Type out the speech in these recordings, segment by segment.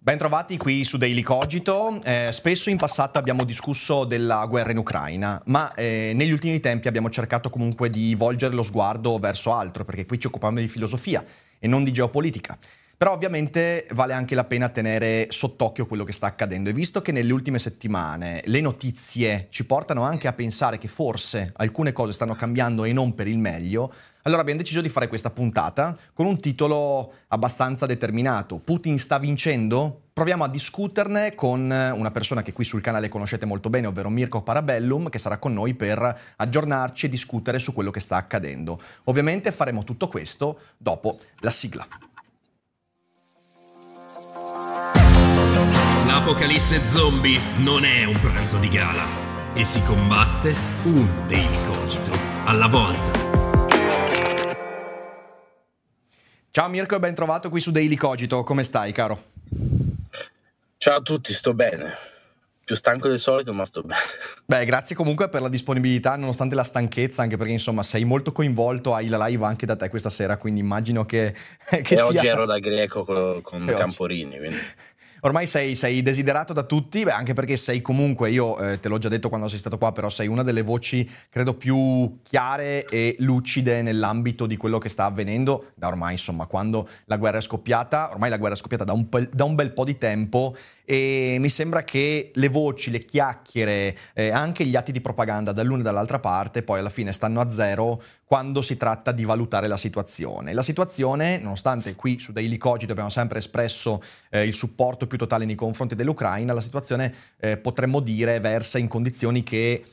Ben trovati qui su Daily Cogito. Spesso in passato abbiamo discusso della guerra in Ucraina, ma negli ultimi tempi abbiamo cercato comunque di volgere lo sguardo verso altro, perché qui ci occupiamo di filosofia e non di geopolitica. Però ovviamente vale anche la pena tenere sott'occhio quello che sta accadendo, e visto che nelle ultime settimane le notizie ci portano anche a pensare che forse alcune cose stanno cambiando e non per il meglio, allora abbiamo deciso di fare questa puntata con un titolo abbastanza determinato: Putin sta vincendo? Proviamo a discuterne con una persona che qui sul canale conoscete molto bene, ovvero Mirko Parabellum, che sarà con noi per aggiornarci e discutere su quello che sta accadendo. Ovviamente faremo tutto questo dopo la sigla. L'apocalisse zombie non è un pranzo di gala e si combatte un Daily Cogito alla volta. Ciao Mirko e ben trovato qui su Daily Cogito, come stai caro? Ciao a tutti, sto bene. Più stanco del solito, ma sto bene. Beh, grazie comunque per la disponibilità, nonostante la stanchezza, anche perché insomma sei molto coinvolto, hai la live anche da te questa sera, quindi immagino che sia... Oggi ero da greco con Camporini, quindi... Ormai sei desiderato da tutti, beh, anche perché sei comunque, io te l'ho già detto quando sei stato qua, però sei una delle voci credo più chiare e lucide nell'ambito di quello che sta avvenendo da ormai, insomma, quando la guerra è scoppiata. Ormai la guerra è scoppiata da un bel po' di tempo, e mi sembra che le voci, le chiacchiere, anche gli atti di propaganda dall'una e dall'altra parte poi alla fine stanno a zero quando si tratta di valutare la situazione. La situazione, nonostante qui su Daily Cogito abbiamo sempre espresso il supporto più totale nei confronti dell'Ucraina, la situazione potremmo dire versa in condizioni che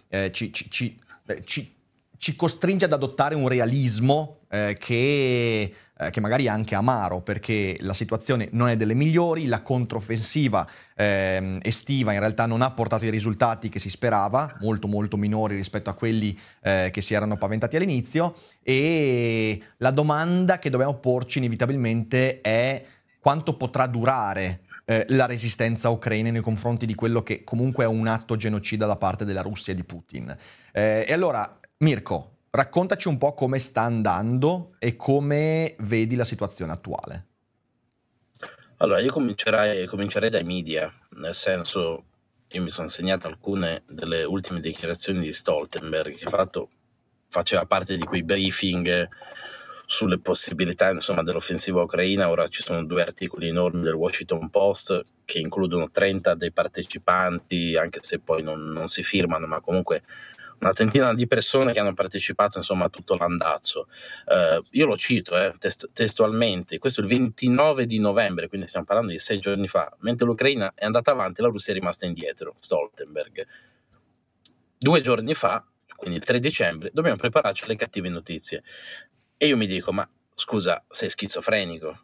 ci costringe ad adottare un realismo che magari è anche amaro, perché la situazione non è delle migliori, la controffensiva estiva in realtà non ha portato i risultati che si sperava, molto molto minori rispetto a quelli che si erano paventati all'inizio, e la domanda che dobbiamo porci inevitabilmente è quanto potrà durare la resistenza ucraina nei confronti di quello che comunque è un atto genocida da parte della Russia e di Putin. E allora, Mirko, raccontaci un po' come sta andando e come vedi la situazione attuale. Allora, io comincerei dai media, nel senso, io mi sono segnato alcune delle ultime dichiarazioni di Stoltenberg, che faceva parte di quei briefing sulle possibilità, insomma, dell'offensiva ucraina. Ora ci sono 2 articoli enormi del Washington Post che includono 30 dei partecipanti, anche se poi non si firmano, ma comunque una trentina di persone che hanno partecipato, insomma, a tutto l'andazzo. Io lo cito testualmente: questo è il 29 di novembre, quindi stiamo parlando di 6 giorni fa, mentre l'Ucraina è andata avanti, la Russia è rimasta indietro. Stoltenberg. 2 giorni fa, quindi il 3 dicembre, dobbiamo prepararci alle cattive notizie. E io mi dico, ma scusa, sei schizofrenico?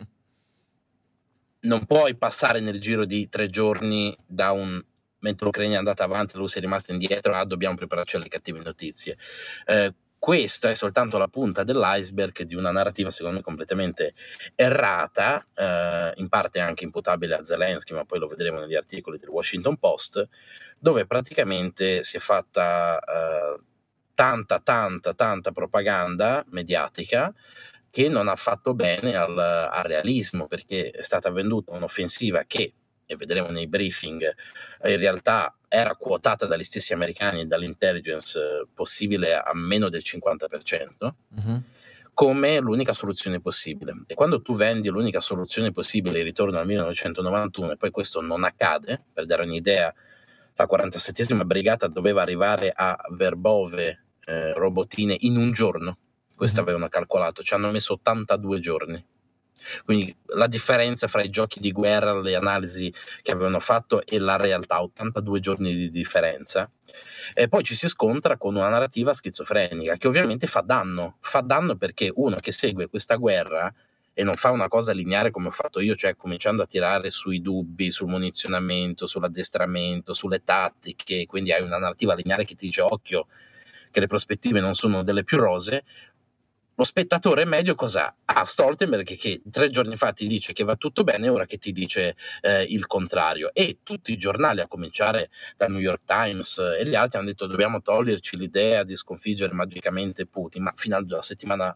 Non puoi passare nel giro di 3 giorni da mentre l'Ucraina è andata avanti, la Russia è rimasta indietro, dobbiamo prepararci alle cattive notizie. Questa è soltanto la punta dell'iceberg di una narrativa secondo me completamente errata, in parte anche imputabile a Zelensky, ma poi lo vedremo negli articoli del Washington Post, dove praticamente si è fatta tanta propaganda mediatica che non ha fatto bene al realismo, perché è stata venduta un'offensiva che, e vedremo nei briefing, in realtà era quotata dagli stessi americani e dall'intelligence possibile a meno del 50%, come l'unica soluzione possibile. E quando tu vendi l'unica soluzione possibile, il ritorno al 1991, e poi questo non accade, per dare un'idea, la 47esima brigata doveva arrivare a Verbove, Robotine, in un giorno. Questo avevano calcolato, ci hanno messo 82 giorni. Quindi la differenza fra i giochi di guerra, le analisi che avevano fatto e la realtà, 82 giorni di differenza. E poi ci si scontra con una narrativa schizofrenica che ovviamente fa danno perché uno che segue questa guerra e non fa una cosa lineare come ho fatto io, cioè cominciando a tirare sui dubbi, sul munizionamento, sull'addestramento, sulle tattiche, quindi hai una narrativa lineare che ti dice occhio che le prospettive non sono delle più rose. Lo spettatore medio cosa ha? Stoltenberg che 3 giorni fa ti dice che va tutto bene, ora che ti dice il contrario. E tutti i giornali, a cominciare dal New York Times e gli altri, hanno detto dobbiamo toglierci l'idea di sconfiggere magicamente Putin, ma fino alla settimana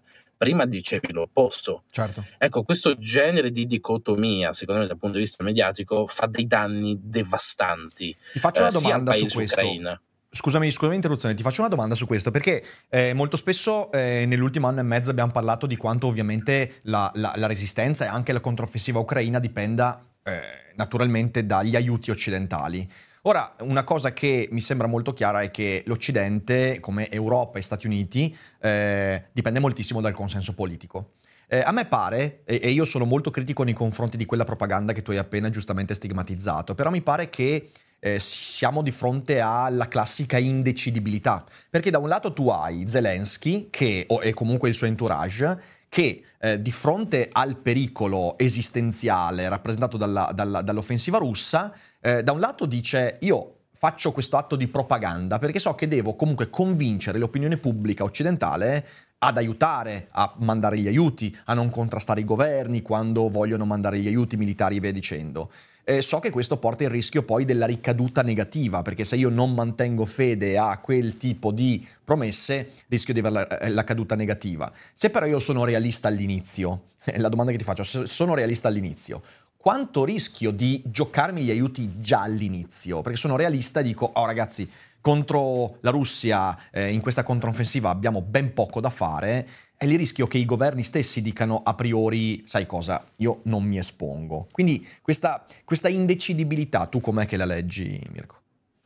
prima dicevi l'opposto. Certo. Ecco, questo genere di dicotomia, secondo me dal punto di vista mediatico, fa dei danni devastanti Ti faccio una sia al domanda su paese questo. Ucraina. Scusami l'interruzione, ti faccio una domanda su questo, perché molto spesso nell'ultimo anno e mezzo abbiamo parlato di quanto ovviamente la resistenza e anche la controffensiva ucraina dipenda naturalmente dagli aiuti occidentali. Ora, una cosa che mi sembra molto chiara è che l'Occidente, come Europa e Stati Uniti, dipende moltissimo dal consenso politico. A me pare, e io sono molto critico nei confronti di quella propaganda che tu hai appena giustamente stigmatizzato, però mi pare che siamo di fronte alla classica indecidibilità, perché da un lato tu hai Zelensky e comunque il suo entourage che di fronte al pericolo esistenziale rappresentato dall'offensiva russa, da un lato dice io faccio questo atto di propaganda perché so che devo comunque convincere l'opinione pubblica occidentale ad aiutare, a mandare gli aiuti, a non contrastare i governi quando vogliono mandare gli aiuti militari e via dicendo. So che questo porta il rischio poi della ricaduta negativa, perché se io non mantengo fede a quel tipo di promesse, rischio di avere la caduta negativa. Se però io sono realista all'inizio, la domanda che ti faccio, se sono realista all'inizio, quanto rischio di giocarmi gli aiuti già all'inizio? Perché sono realista e dico, oh ragazzi, contro la Russia in questa controffensiva abbiamo ben poco da fare, e lì rischio che i governi stessi dicano a priori, sai cosa, io non mi espongo. Quindi questa indecidibilità, tu com'è che la leggi, Mirko?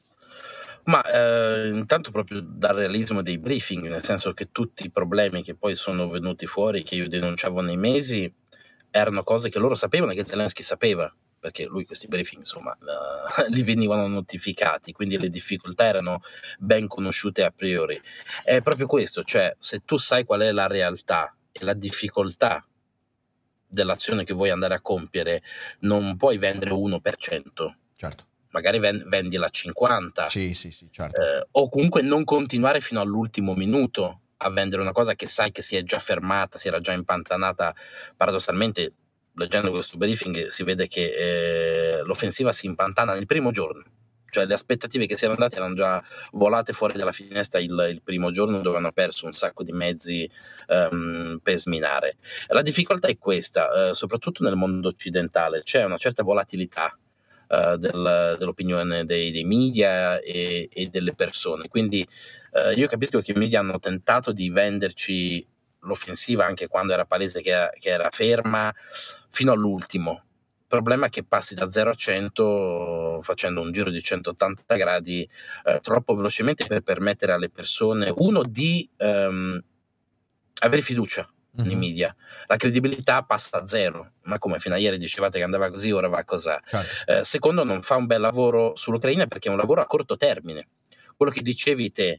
Ma intanto proprio dal realismo dei briefing, nel senso che tutti i problemi che poi sono venuti fuori, che io denunciavo nei mesi, erano cose che loro sapevano e che Zelensky sapeva, perché lui questi briefing insomma li venivano notificati, quindi le difficoltà erano ben conosciute a priori. È proprio questo, cioè se tu sai qual è la realtà e la difficoltà dell'azione che vuoi andare a compiere, non puoi vendere 1%. Certo. Magari vendi la 50%. Sì, certo. O comunque non continuare fino all'ultimo minuto a vendere una cosa che sai che si è già fermata, si era già impantanata. Paradossalmente, leggendo questo briefing si vede che l'offensiva si impantana nel primo giorno, cioè le aspettative che si erano date erano già volate fuori dalla finestra il primo giorno, dove hanno perso un sacco di mezzi per sminare. La difficoltà è questa, soprattutto nel mondo occidentale c'è una certa volatilità dell'opinione dei media e delle persone, quindi io capisco che i media hanno tentato di venderci l'offensiva anche quando era palese che era ferma fino all'ultimo. Il problema è che passi da 0 a 100 facendo un giro di 180 gradi troppo velocemente per permettere alle persone, uno, di avere fiducia nei media. La credibilità passa a 0, ma come fino a ieri dicevate che andava così, ora va così. Certo. Secondo, non fa un bel lavoro sull'Ucraina perché è un lavoro a corto termine. Quello che dicevi te,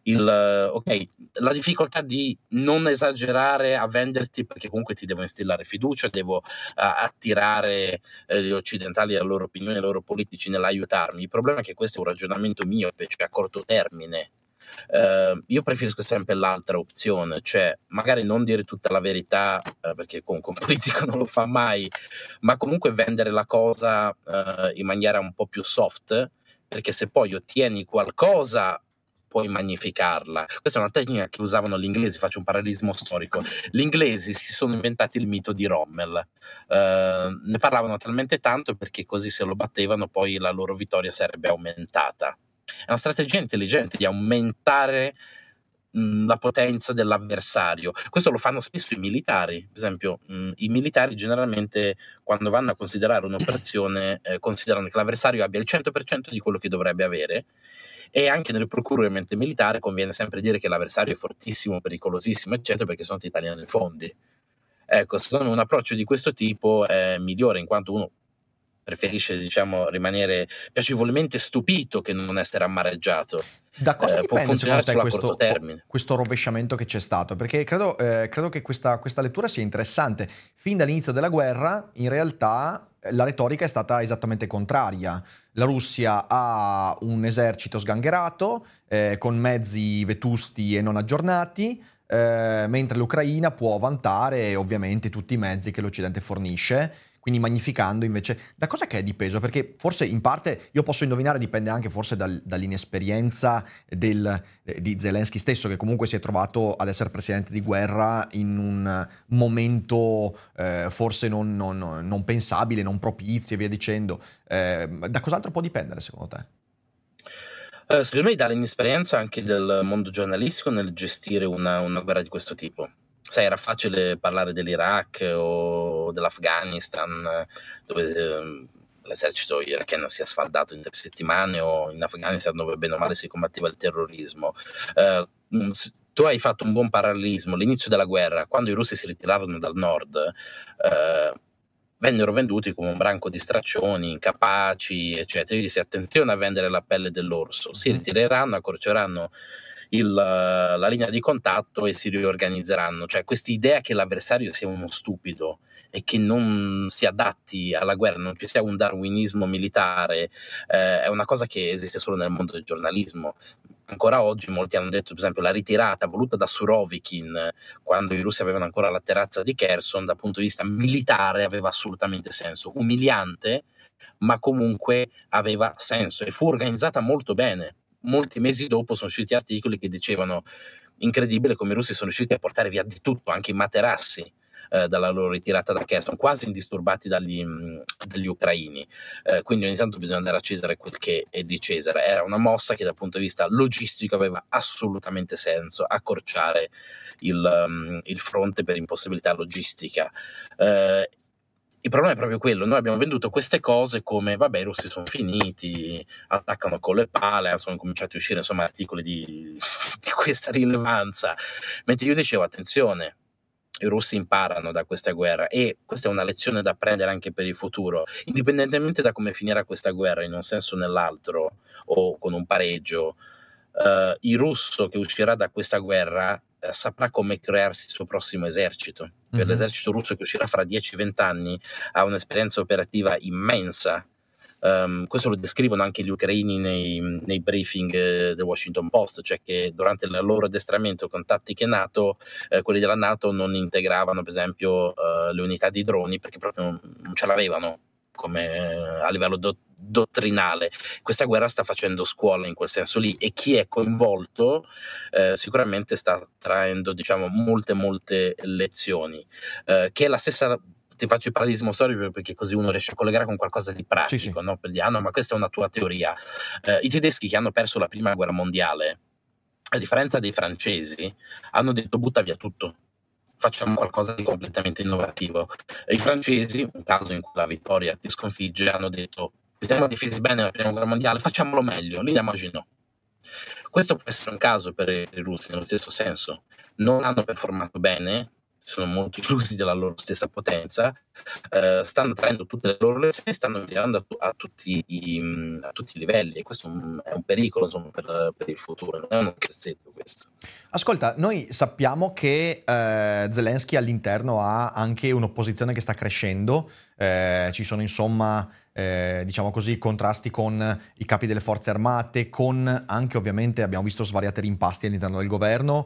la difficoltà di non esagerare a venderti, perché comunque ti devo instillare fiducia, devo attirare gli occidentali, la loro opinione, i loro politici nell'aiutarmi. Il problema è che questo è un ragionamento miope, cioè a corto termine. Io preferisco sempre l'altra opzione, cioè magari non dire tutta la verità, perché comunque un politico non lo fa mai, ma comunque vendere la cosa in maniera un po' più soft, perché se poi ottieni qualcosa puoi magnificarla. Questa è una tecnica che usavano gli inglesi, faccio un parallelismo storico. Gli inglesi si sono inventati il mito di Rommel, ne parlavano talmente tanto perché così se lo battevano poi la loro vittoria sarebbe aumentata. È una strategia intelligente di aumentare la potenza dell'avversario. Questo lo fanno spesso i militari. Per esempio, i militari generalmente quando vanno a considerare un'operazione considerano che l'avversario abbia il 100% di quello che dovrebbe avere, e anche nel procurement militare conviene sempre dire che l'avversario è fortissimo, pericolosissimo, eccetera, perché sennò ti tagliano i fondi. Ecco, secondo me un approccio di questo tipo è migliore, in quanto uno preferisce, diciamo, rimanere piacevolmente stupito che non essere amareggiato. Da cosa Può dipende funzionare secondo te solo a corto termine. questo rovesciamento che c'è stato? Perché credo che questa lettura sia interessante. Fin dall'inizio della guerra, in realtà, la retorica è stata esattamente contraria. La Russia ha un esercito sgangherato, con mezzi vetusti e non aggiornati, mentre l'Ucraina può vantare ovviamente tutti i mezzi che l'Occidente fornisce, quindi magnificando invece. Da cosa che è dipeso? Perché forse in parte, io posso indovinare, dipende anche forse dall'inesperienza di Zelensky stesso, che comunque si è trovato ad essere presidente di guerra in un momento forse non pensabile, non propizio e via dicendo. Da cos'altro può dipendere secondo te? Secondo me dall'inesperienza anche del mondo giornalistico nel gestire una guerra di questo tipo. Sai, era facile parlare dell'Iraq o dell'Afghanistan, dove l'esercito iracheno si è sfaldato in 3 settimane, o in Afghanistan dove bene o male si combatteva il terrorismo. Tu hai fatto un buon parallelismo. L'inizio della guerra, quando i russi si ritirarono dal nord, vennero venduti come un branco di straccioni, incapaci, eccetera. Quindi attenzione a vendere la pelle dell'orso. Si ritireranno, accorceranno la linea di contatto e si riorganizzeranno. Cioè, quest'idea che l'avversario sia uno stupido e che non si adatti alla guerra, non ci sia un darwinismo militare, è una cosa che esiste solo nel mondo del giornalismo. Ancora oggi molti hanno detto, per esempio, la ritirata voluta da Surovikin quando i russi avevano ancora la terrazza di Kherson, dal punto di vista militare aveva assolutamente senso. Umiliante, ma comunque aveva senso e fu organizzata molto bene. Molti mesi dopo sono usciti articoli che dicevano: incredibile come i russi sono riusciti a portare via di tutto, anche i materassi, dalla loro ritirata da Kherson, quasi indisturbati dagli ucraini. Quindi ogni tanto bisogna dare a Cesare quel che è di Cesare. Era una mossa che dal punto di vista logistico aveva assolutamente senso, accorciare il fronte per impossibilità logistica. Il problema è proprio quello: noi abbiamo venduto queste cose come vabbè, i russi sono finiti, attaccano con le pale, sono cominciati a uscire insomma articoli di questa rilevanza, mentre io dicevo attenzione, i russi imparano da questa guerra e questa è una lezione da prendere anche per il futuro, indipendentemente da come finirà questa guerra in un senso o nell'altro o con un pareggio. Il russo che uscirà da questa guerra saprà come crearsi il suo prossimo esercito. Cioè, l'esercito russo che uscirà fra 10-20 anni ha un'esperienza operativa immensa. Questo lo descrivono anche gli ucraini nei briefing del Washington Post, cioè che durante il loro addestramento con tattiche NATO, quelli della NATO non integravano per esempio le unità di droni perché proprio non ce l'avevano come a livello dottrinale. Questa guerra sta facendo scuola in quel senso lì e chi è coinvolto sicuramente sta traendo diciamo molte lezioni, che è la stessa. Ti faccio il parallelismo storico perché così uno riesce a collegare con qualcosa di pratico, sì. No? Per dire, no, ma questa è una tua teoria. I tedeschi che hanno perso la prima guerra mondiale, a differenza dei francesi, hanno detto butta via tutto, facciamo qualcosa di completamente innovativo. I francesi, un caso in cui la vittoria ti sconfigge, hanno detto ci siamo difesi bene la prima guerra mondiale, facciamolo meglio, lì no. Questo può essere un caso per i russi nello stesso senso, non hanno performato bene, sono molto illusi della loro stessa potenza, stanno traendo tutte le loro lezioni e stanno migliorando a tutti i livelli, e questo è un pericolo insomma, per il futuro, non è un crescendo questo. Ascolta, noi sappiamo che Zelensky all'interno ha anche un'opposizione che sta crescendo, ci sono insomma diciamo così contrasti con i capi delle forze armate, con anche ovviamente abbiamo visto svariati rimpasti all'interno del governo.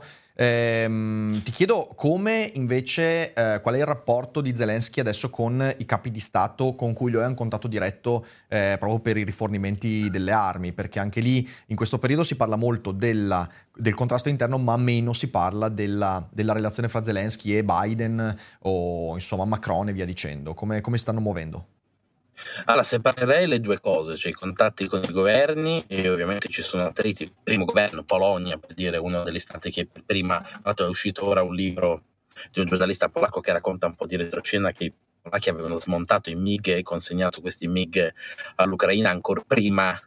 Ti chiedo come invece qual è il rapporto di Zelensky adesso con i capi di Stato con cui lui ha un contatto diretto proprio per i rifornimenti delle armi, perché anche lì in questo periodo si parla molto del contrasto interno, ma meno si parla della relazione fra Zelensky e Biden o insomma Macron e via dicendo. Come stanno muovendo? Allora, separerei le due cose, cioè i contatti con i governi, e ovviamente ci sono attriti. Il primo governo, Polonia, per dire, uno degli stati che prima, tra l'altro è uscito ora un libro di un giornalista polacco che racconta un po' di retroscena, che i polacchi avevano smontato i MiG e consegnato questi MiG all'Ucraina ancora prima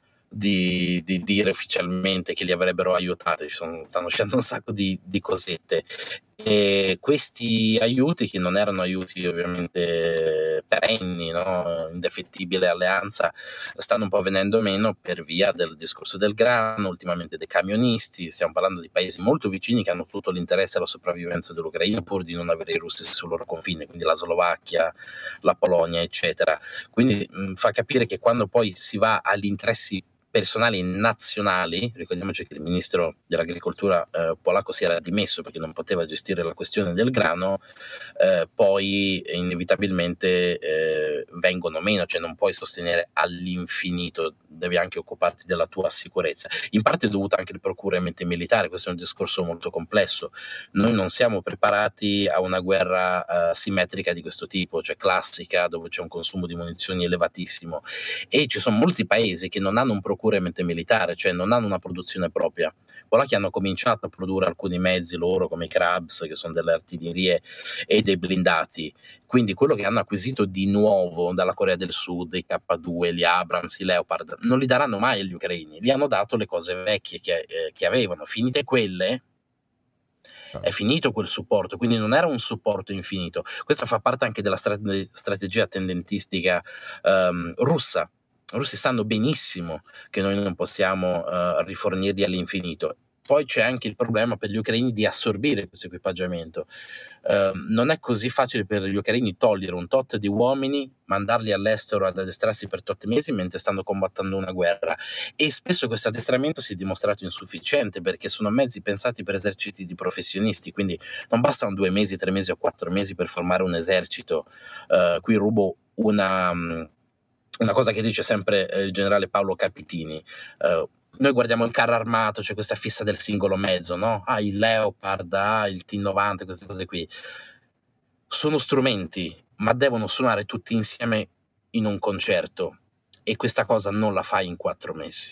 di dire ufficialmente che li avrebbero aiutati. Stanno uscendo un sacco di cosette, e questi aiuti, che non erano aiuti ovviamente perenni, no? Indefettibile alleanza, stanno un po' venendo meno per via del discorso del grano, ultimamente dei camionisti. Stiamo parlando di paesi molto vicini che hanno tutto l'interesse alla sopravvivenza dell'Ucraina pur di non avere i russi sul loro confine, quindi la Slovacchia, la Polonia eccetera. Quindi fa capire che quando poi si va agli interessi personali nazionali. Ricordiamoci che il ministro dell'agricoltura polacco si era dimesso perché non poteva gestire la questione del grano, poi inevitabilmente vengono meno, cioè non puoi sostenere all'infinito, devi anche occuparti della tua sicurezza. In parte è dovuta anche al procuramento militare, questo è un discorso molto complesso. Noi non siamo preparati a una guerra simmetrica di questo tipo, cioè classica, dove c'è un consumo di munizioni elevatissimo, e ci sono molti paesi che non hanno un procuramento militare, cioè non hanno una produzione propria. Polacchi hanno cominciato a produrre alcuni mezzi loro, come i Krabs, che sono delle artiglierie, e dei blindati. Quindi quello che hanno acquisito di nuovo dalla Corea del Sud, i K2, gli Abrams, i Leopard, non li daranno mai agli ucraini, gli hanno dato le cose vecchie che avevano. Finite quelle, è finito quel supporto, quindi non era un supporto infinito. Questa fa parte anche della strategia tendentistica russa. I russi sanno benissimo che noi non possiamo rifornirli all'infinito. Poi c'è anche il problema per gli ucraini di assorbire questo equipaggiamento. Non è così facile per gli ucraini togliere un tot di uomini, mandarli all'estero ad addestrarsi per tot mesi mentre stanno combattendo una guerra, e spesso questo addestramento si è dimostrato insufficiente perché sono mezzi pensati per eserciti di professionisti, quindi non bastano 2 mesi, 3 mesi o 4 mesi per formare un esercito. Qui rubo una cosa che dice sempre il generale Paolo Capitini. Noi guardiamo il carro armato, c'è questa fissa del singolo mezzo, no? Il Leopard, il T90, queste cose qui. Sono strumenti, ma devono suonare tutti insieme in un concerto, e questa cosa non la fai in 4 mesi.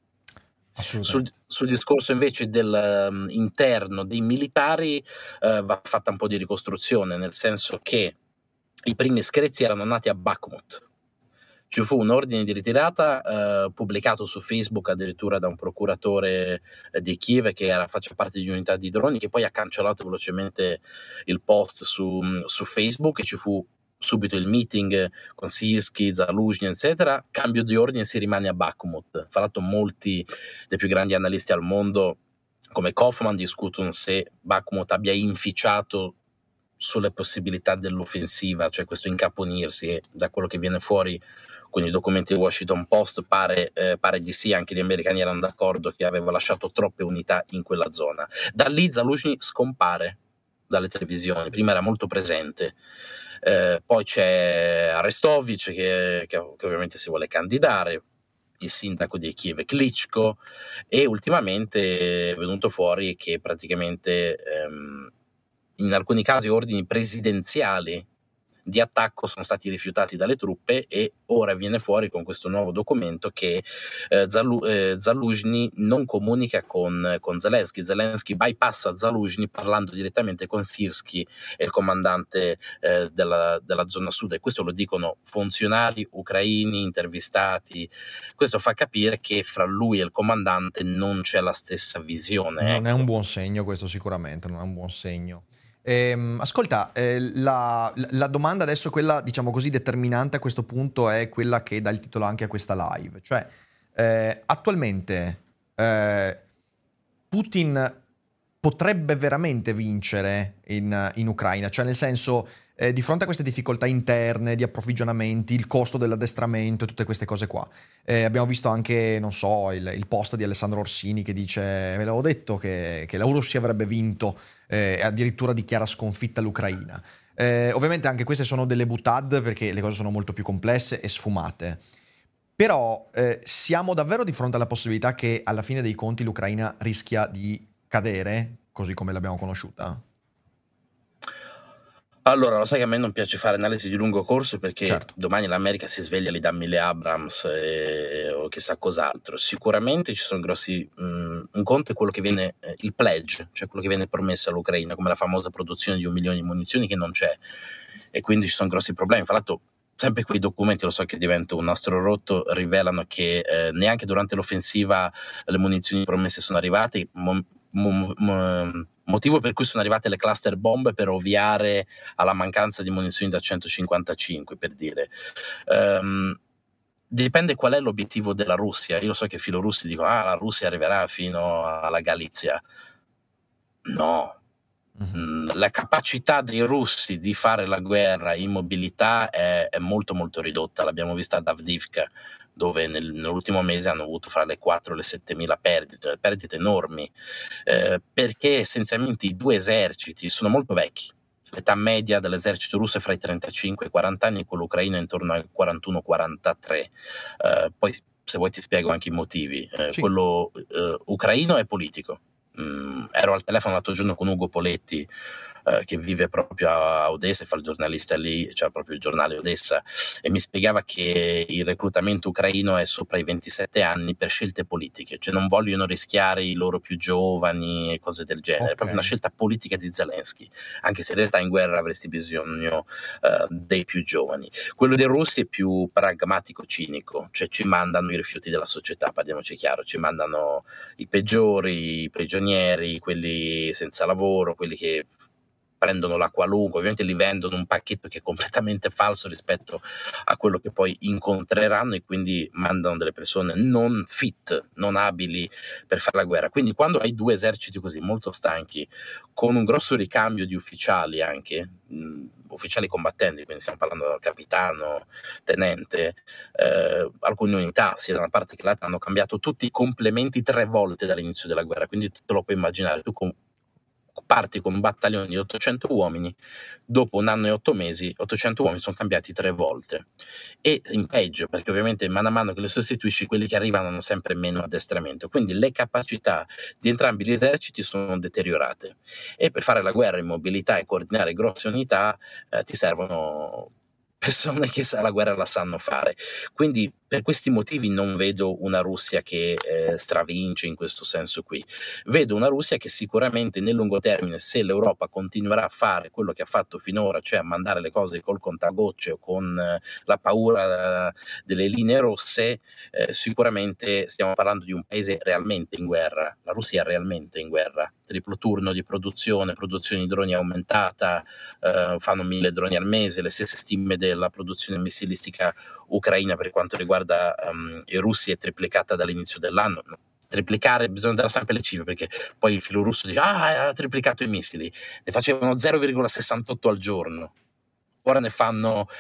Sul discorso invece del interno dei militari va fatta un po' di ricostruzione, nel senso che i primi screzi erano nati a Bakhmut. Ci fu un ordine di ritirata pubblicato su Facebook addirittura da un procuratore di Kiev che faccia parte di unità di droni, che poi ha cancellato velocemente il post su Facebook, e ci fu subito il meeting con Sirski, Zaluzhny, eccetera. Cambio di ordine, si rimane a Bakhmut. Fra l'altro molti dei più grandi analisti al mondo, come Kaufman, discutono se Bakhmut abbia inficiato sulle possibilità dell'offensiva, cioè questo incaponirsi, e da quello che viene fuori con i documenti del Washington Post pare di sì. Anche gli americani erano d'accordo che aveva lasciato troppe unità in quella zona. Da lì Zaluzhny scompare dalle televisioni, prima era molto presente. Poi c'è Arestovic che ovviamente si vuole candidare, il sindaco di Kiev Klitschko, e ultimamente è venuto fuori che praticamente in alcuni casi ordini presidenziali di attacco sono stati rifiutati dalle truppe, e ora viene fuori con questo nuovo documento che Zaluzhny non comunica con Zelensky. Zelensky bypassa Zaluzhny parlando direttamente con Sirski, il comandante della zona sud, e questo lo dicono funzionari ucraini intervistati. Questo fa capire che fra lui e il comandante non c'è la stessa visione. Non è un buon segno questo, sicuramente non è un buon segno. Ascolta, la domanda adesso, quella diciamo così determinante a questo punto, è quella che dà il titolo anche a questa live, cioè attualmente Putin potrebbe veramente vincere in Ucraina, cioè nel senso di fronte a queste difficoltà interne di approvvigionamenti, il costo dell'addestramento e tutte queste cose qua. Abbiamo visto anche, non so, il post di Alessandro Orsini che dice: ve l'avevo detto che la Russia avrebbe vinto, e addirittura dichiara sconfitta l'Ucraina. Ovviamente anche queste sono delle boutade, perché le cose sono molto più complesse e sfumate. Però siamo davvero di fronte alla possibilità che alla fine dei conti l'Ucraina rischia di cadere così come l'abbiamo conosciuta? Allora, lo sai che a me non piace fare analisi di lungo corso, perché Certo. domani l'America si sveglia, gli dà 1000 Abrams o chissà cos'altro. Sicuramente ci sono grossi... un conto è quello che viene, il pledge, cioè quello che viene promesso all'Ucraina, come la famosa produzione di 1 milione di munizioni, che non c'è, e quindi ci sono grossi problemi. Fra l'altro, sempre quei documenti, lo so che diventa un nastro rotto, rivelano che neanche durante l'offensiva le munizioni promesse sono arrivate, motivo per cui sono arrivate le cluster bomb, per ovviare alla mancanza di munizioni da 155, per dire. Dipende qual è l'obiettivo della Russia. Io so che filorussi dicono la Russia arriverà fino alla Galizia. No. La capacità dei russi di fare la guerra in mobilità è molto molto ridotta. L'abbiamo vista ad Avdiivka, dove nell'ultimo mese hanno avuto fra le 4 e le 7.000 perdite enormi, perché essenzialmente i due eserciti sono molto vecchi. L'età media dell'esercito russo è fra i 35 e i 40 anni, quello ucraino è intorno ai 41-43. Poi se vuoi ti spiego anche i motivi. Sì. Quello ucraino è politico. Ero al telefono l'altro giorno con Ugo Poletti, che vive proprio a Odessa e fa il giornalista lì, cioè proprio il giornale Odessa, e mi spiegava che il reclutamento ucraino è sopra i 27 anni per scelte politiche, cioè non vogliono rischiare i loro più giovani e cose del genere. È proprio una scelta politica di Zelensky, anche se in realtà in guerra avresti bisogno dei più giovani. Quello dei russi è più pragmatico, cinico, cioè ci mandano i rifiuti della società, parliamoci chiaro, ci mandano i peggiori, i prigionieri, quelli senza lavoro, quelli che prendono la qualunque, ovviamente li vendono un pacchetto che è completamente falso rispetto a quello che poi incontreranno, e quindi mandano delle persone non fit, non abili per fare la guerra. Quindi quando hai due eserciti così molto stanchi, con un grosso ricambio di ufficiali anche, ufficiali combattenti, quindi stiamo parlando del capitano, tenente, alcune unità sia da una parte che l'altra hanno cambiato tutti i complementi 3 volte dall'inizio della guerra, quindi te lo puoi immaginare, tu parti con un battaglione di 800 uomini, dopo 1 anno e 8 mesi 800 uomini sono cambiati 3 volte, e in peggio, perché ovviamente mano a mano che le sostituisci quelli che arrivano hanno sempre meno addestramento, quindi le capacità di entrambi gli eserciti sono deteriorate, e per fare la guerra in mobilità e coordinare grosse unità ti servono persone che la guerra la sanno fare. Quindi per questi motivi non vedo una Russia che stravince in questo senso qui. Vedo una Russia che sicuramente nel lungo termine, se l'Europa continuerà a fare quello che ha fatto finora, cioè a mandare le cose col contagocce o con la paura delle linee rosse, sicuramente stiamo parlando di un paese realmente in guerra. La Russia è realmente in guerra. Triplo turno di produzione di droni aumentata, fanno 1.000 droni al mese, le stesse stime della produzione missilistica ucraina per quanto riguarda i russi è triplicata dall'inizio dell'anno. Triplicare, bisogna dare sempre le cifre, perché poi il filo russo dice ha triplicato i missili, ne facevano 0,68 al giorno, ora ne fanno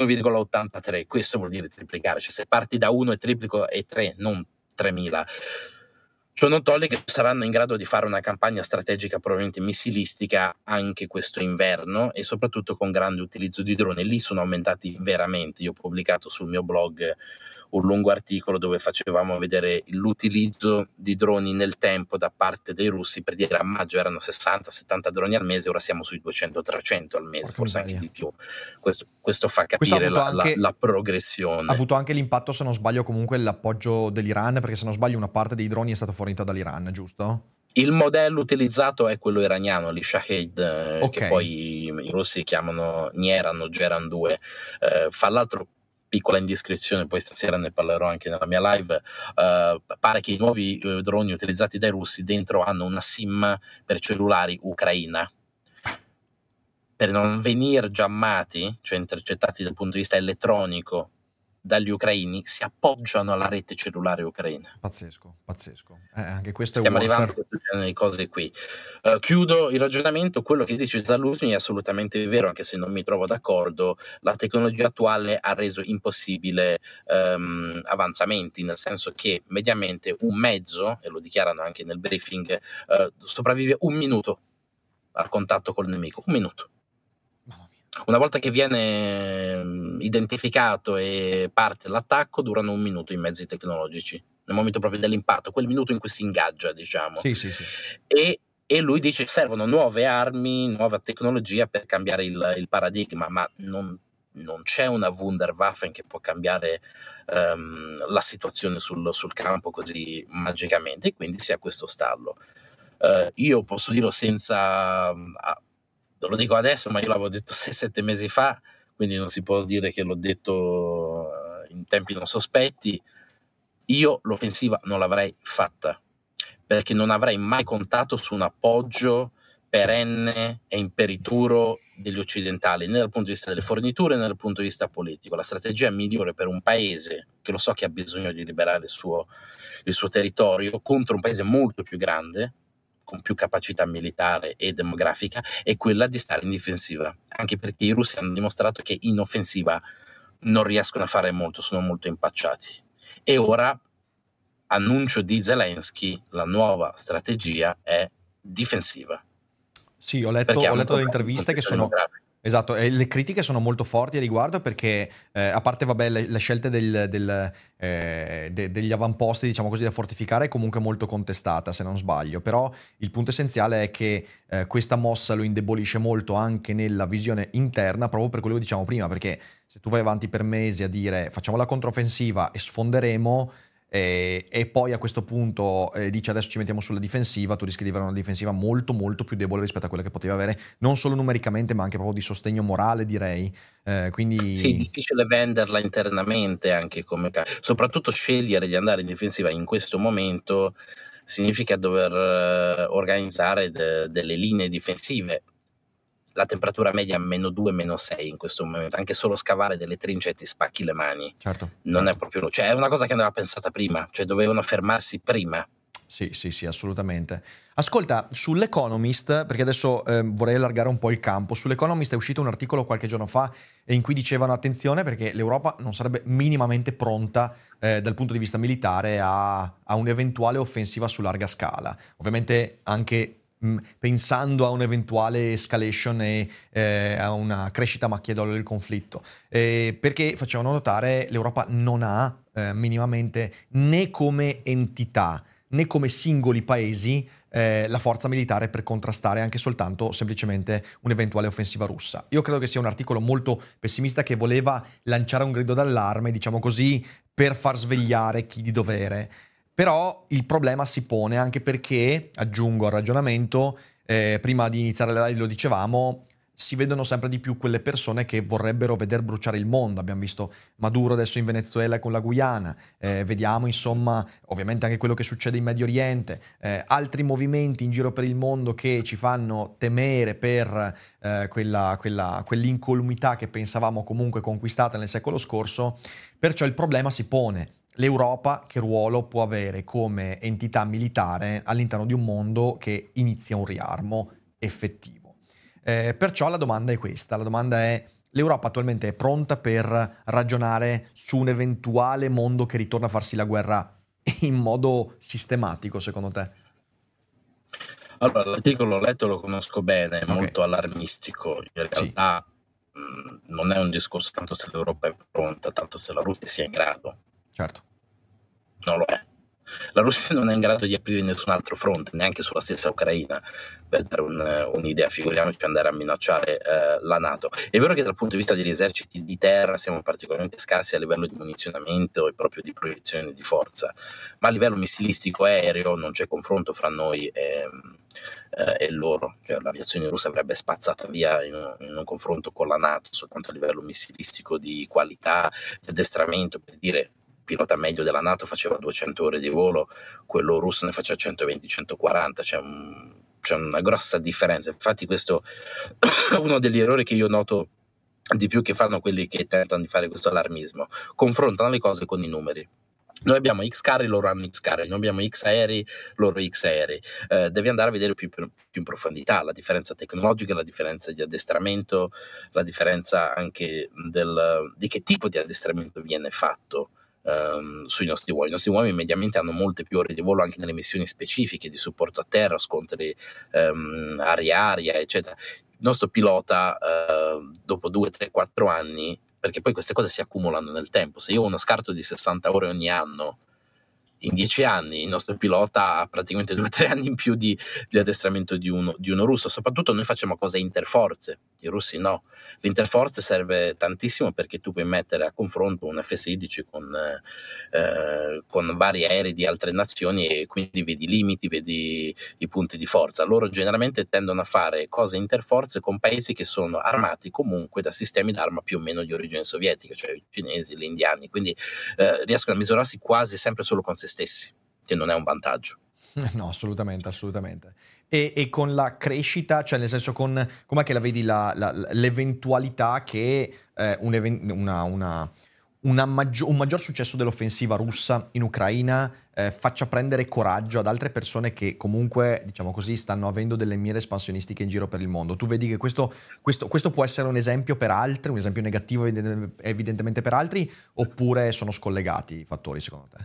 1,83, questo vuol dire triplicare, cioè se parti da 1 e triplico è 3, non 3.000. Ciò non toglie che saranno in grado di fare una campagna strategica probabilmente missilistica anche questo inverno, e soprattutto con grande utilizzo di droni. Lì sono aumentati veramente. Io ho pubblicato sul mio blog un lungo articolo dove facevamo vedere l'utilizzo di droni nel tempo da parte dei russi, per dire a maggio erano 60-70 droni al mese, ora siamo sui 200-300 al mese, forse anche di più. Questo fa capire la progressione. Ha avuto anche l'impatto, se non sbaglio, comunque l'appoggio dell'Iran, perché se non sbaglio una parte dei droni è stata fornita dall'Iran, giusto? Il modello utilizzato è quello iraniano, gli Shahed, che poi i russi chiamano Nieran o Geran 2. Fra l'altro, piccola indiscrezione, poi stasera ne parlerò anche nella mia live, pare che i nuovi droni utilizzati dai russi dentro hanno una SIM per cellulari ucraina, per non venire jammati, cioè intercettati dal punto di vista elettronico dagli ucraini, si appoggiano alla rete cellulare ucraina. Pazzesco. Anche questo stiamo è arrivando a questo genere di cose qui. Chiudo il ragionamento. Quello che dice Zaluzny è assolutamente vero, anche se non mi trovo d'accordo. La tecnologia attuale ha reso impossibile avanzamenti, nel senso che mediamente un mezzo, e lo dichiarano anche nel briefing, sopravvive 1 minuto al contatto col nemico, 1 minuto. Una volta che viene identificato e parte l'attacco, durano 1 minuto i mezzi tecnologici, nel momento proprio dell'impatto, quel minuto in cui si ingaggia, diciamo. Sì. E lui dice che servono nuove armi, nuova tecnologia per cambiare il paradigma, ma non c'è una Wunderwaffen che può cambiare la situazione sul campo così magicamente, e quindi si ha questo stallo. Io posso dirlo senza... lo dico adesso, ma io l'avevo detto 6-7 mesi fa, quindi non si può dire che l'ho detto in tempi non sospetti. Io l'offensiva non l'avrei fatta, perché non avrei mai contato su un appoggio perenne e imperituro degli occidentali, né dal punto di vista delle forniture né dal punto di vista politico. La strategia migliore per un paese che lo so che ha bisogno di liberare il suo territorio contro un paese molto più grande, con più capacità militare e demografica, è quella di stare in difensiva, anche perché i russi hanno dimostrato che in offensiva non riescono a fare molto, sono molto impacciati. E ora, annuncio di Zelensky, la nuova strategia è difensiva. Sì, ho letto delle interviste che sono... Esatto, e le critiche sono molto forti a riguardo perché, a parte vabbè, le scelte degli avamposti, diciamo così, da fortificare è comunque molto contestata, se non sbaglio, però il punto essenziale è che questa mossa lo indebolisce molto anche nella visione interna, proprio per quello che diciamo prima, perché se tu vai avanti per mesi a dire facciamo la controffensiva e sfonderemo, e poi a questo punto dici adesso ci mettiamo sulla difensiva, tu rischi di avere una difensiva molto molto più debole rispetto a quella che poteva avere, non solo numericamente ma anche proprio di sostegno morale, direi. Quindi sì, è difficile venderla internamente, anche come soprattutto scegliere di andare in difensiva in questo momento significa dover organizzare delle linee difensive. La temperatura media è -2, -6 in questo momento, anche solo scavare delle trincee ti spacchi le mani. certo, Non certo. è proprio, cioè è una cosa che andava pensata prima, cioè dovevano fermarsi prima. Sì, assolutamente. Ascolta, sull'Economist, perché adesso vorrei allargare un po' il campo, sull'Economist è uscito un articolo qualche giorno fa in cui dicevano attenzione perché l'Europa non sarebbe minimamente pronta dal punto di vista militare a un'eventuale offensiva su larga scala. Ovviamente anche pensando a un'eventuale escalation e a una crescita a macchia d'olio del conflitto. Perché facevano notare l'Europa non ha minimamente né come entità né come singoli paesi la forza militare per contrastare anche soltanto semplicemente un'eventuale offensiva russa. Io credo che sia un articolo molto pessimista che voleva lanciare un grido d'allarme, diciamo così, per far svegliare chi di dovere. Però il problema si pone anche perché, aggiungo al ragionamento, prima di iniziare la live lo dicevamo, si vedono sempre di più quelle persone che vorrebbero veder bruciare il mondo. Abbiamo visto Maduro adesso in Venezuela e con la Guyana, vediamo insomma ovviamente anche quello che succede in Medio Oriente, altri movimenti in giro per il mondo che ci fanno temere per quell'incolumità che pensavamo comunque conquistata nel secolo scorso. Perciò il problema si pone. L'Europa che ruolo può avere come entità militare all'interno di un mondo che inizia un riarmo effettivo? Perciò la domanda è questa, la domanda è: l'Europa attualmente è pronta per ragionare su un eventuale mondo che ritorna a farsi la guerra in modo sistematico, secondo te? Allora, l'articolo l'ho letto, lo conosco bene, è Ok. molto allarmistico. In Sì, realtà non è un discorso tanto se l'Europa è pronta, tanto se la Russia sia in grado. certo. Non lo è. La Russia non è in grado di aprire nessun altro fronte, neanche sulla stessa Ucraina, per dare un'idea, figuriamoci andare a minacciare la NATO. È vero che dal punto di vista degli eserciti di terra siamo particolarmente scarsi a livello di munizionamento e proprio di proiezione di forza, ma a livello missilistico aereo non c'è confronto fra noi e loro, cioè, l'aviazione russa avrebbe spazzata via in un confronto con la NATO soltanto a livello missilistico di qualità, di addestramento, per dire. Il pilota medio della NATO faceva 200 ore di volo, quello russo ne faceva 120-140, c'è una grossa differenza. Infatti questo è uno degli errori che io noto di più che fanno quelli che tentano di fare questo allarmismo, confrontano le cose con i numeri. Noi abbiamo X carri, loro hanno X carri, noi abbiamo X aerei, loro X aerei. Devi andare a vedere più in profondità la differenza tecnologica, la differenza di addestramento, la differenza anche di che tipo di addestramento viene fatto sui nostri uomini. I nostri uomini mediamente hanno molte più ore di volo anche nelle missioni specifiche di supporto a terra, scontri aria-aria, eccetera. Il nostro pilota dopo 2, 3, 4 anni, perché poi queste cose si accumulano nel tempo, se io ho uno scarto di 60 ore ogni anno, in 10 anni il nostro pilota ha praticamente 2 o 3 anni in più di addestramento di uno russo. Soprattutto noi facciamo cose interforze, i russi no. L'interforze serve tantissimo perché tu puoi mettere a confronto un F-16 con vari aerei di altre nazioni e quindi vedi i limiti, vedi i punti di forza. Loro generalmente tendono a fare cose interforze con paesi che sono armati comunque da sistemi d'arma più o meno di origine sovietica, cioè i cinesi, gli indiani, quindi riescono a misurarsi quasi sempre solo con se stessi, che non è un vantaggio. No, assolutamente. E con la crescita, cioè nel senso com'è che la vedi l'eventualità che un maggior successo dell'offensiva russa in Ucraina faccia prendere coraggio ad altre persone che comunque, diciamo così, stanno avendo delle mire espansionistiche in giro per il mondo. Tu vedi che questo può essere un esempio per altri, un esempio negativo evidentemente per altri, oppure sono scollegati i fattori secondo te?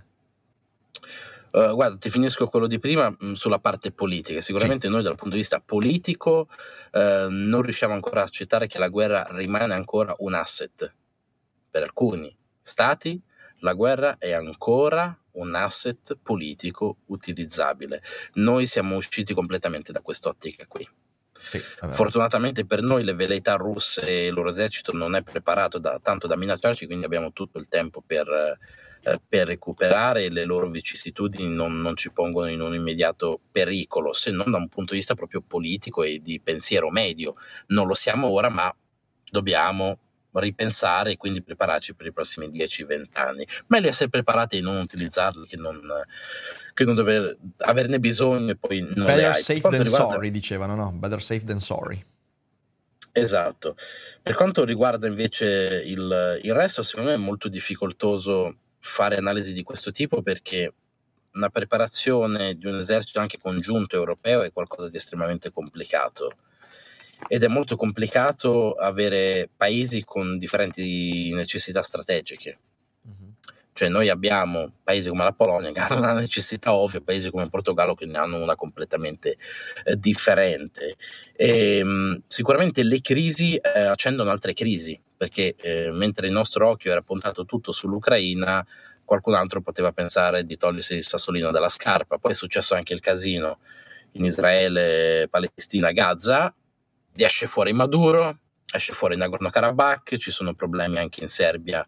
Guarda, ti finisco quello di prima sulla parte politica. Sicuramente noi dal punto di vista politico non riusciamo ancora a accettare che la guerra rimane ancora un asset. Per alcuni stati la guerra è ancora un asset politico utilizzabile. Noi siamo usciti completamente da quest'ottica qui. Sì, Fortunatamente per noi le velleità russe e il loro esercito non è preparato tanto da minacciarci, quindi abbiamo tutto il tempo per recuperare, le loro vicissitudini non ci pongono in un immediato pericolo, se non da un punto di vista proprio politico e di pensiero medio. Non lo siamo ora, ma dobbiamo ripensare e quindi prepararci per i prossimi 10-20 anni. Meglio essere preparati e non utilizzarli che non dover averne bisogno e poi non better le hai. safe than sorry, dicevano, no? Better safe than sorry. Esatto. Per quanto riguarda invece il resto, secondo me è molto difficoltoso fare analisi di questo tipo, perché una preparazione di un esercito anche congiunto europeo è qualcosa di estremamente complicato. Ed è molto complicato avere paesi con differenti necessità strategiche. Cioè noi abbiamo paesi come la Polonia che hanno una necessità ovvia, paesi come il Portogallo che ne hanno una completamente differente. Sicuramente le crisi accendono altre crisi, perché mentre il nostro occhio era puntato tutto sull'Ucraina, qualcun altro poteva pensare di togliersi il sassolino dalla scarpa. Poi è successo anche il casino in Israele, Palestina, Gaza. Esce fuori Maduro, esce fuori Nagorno-Karabakh, ci sono problemi anche in Serbia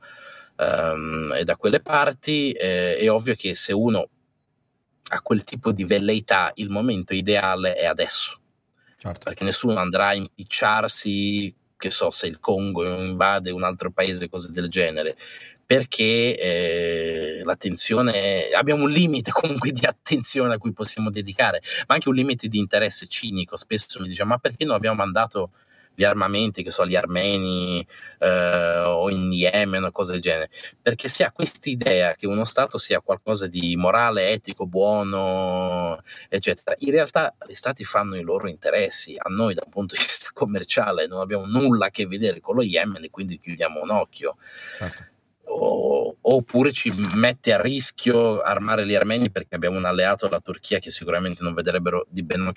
e da quelle parti. È ovvio che se uno ha quel tipo di velleità, il momento ideale è adesso. Certo. Perché nessuno andrà a impicciarsi, che so, se il Congo invade un altro paese, cose del genere, perché l'attenzione, abbiamo un limite comunque di attenzione a cui possiamo dedicare, ma anche un limite di interesse cinico. Spesso mi dice: ma perché non abbiamo mandato gli armamenti, che so, agli armeni o in Yemen o cose del genere? Perché si ha quest'idea che uno Stato sia qualcosa di morale, etico, buono, eccetera. In realtà gli Stati fanno i loro interessi. A noi, da un punto di vista commerciale, non abbiamo nulla a che vedere con lo Yemen e quindi chiudiamo un occhio. Certo. Oppure ci mette a rischio armare gli armeni, perché abbiamo un alleato, la Turchia, che sicuramente non vedrebbero di buon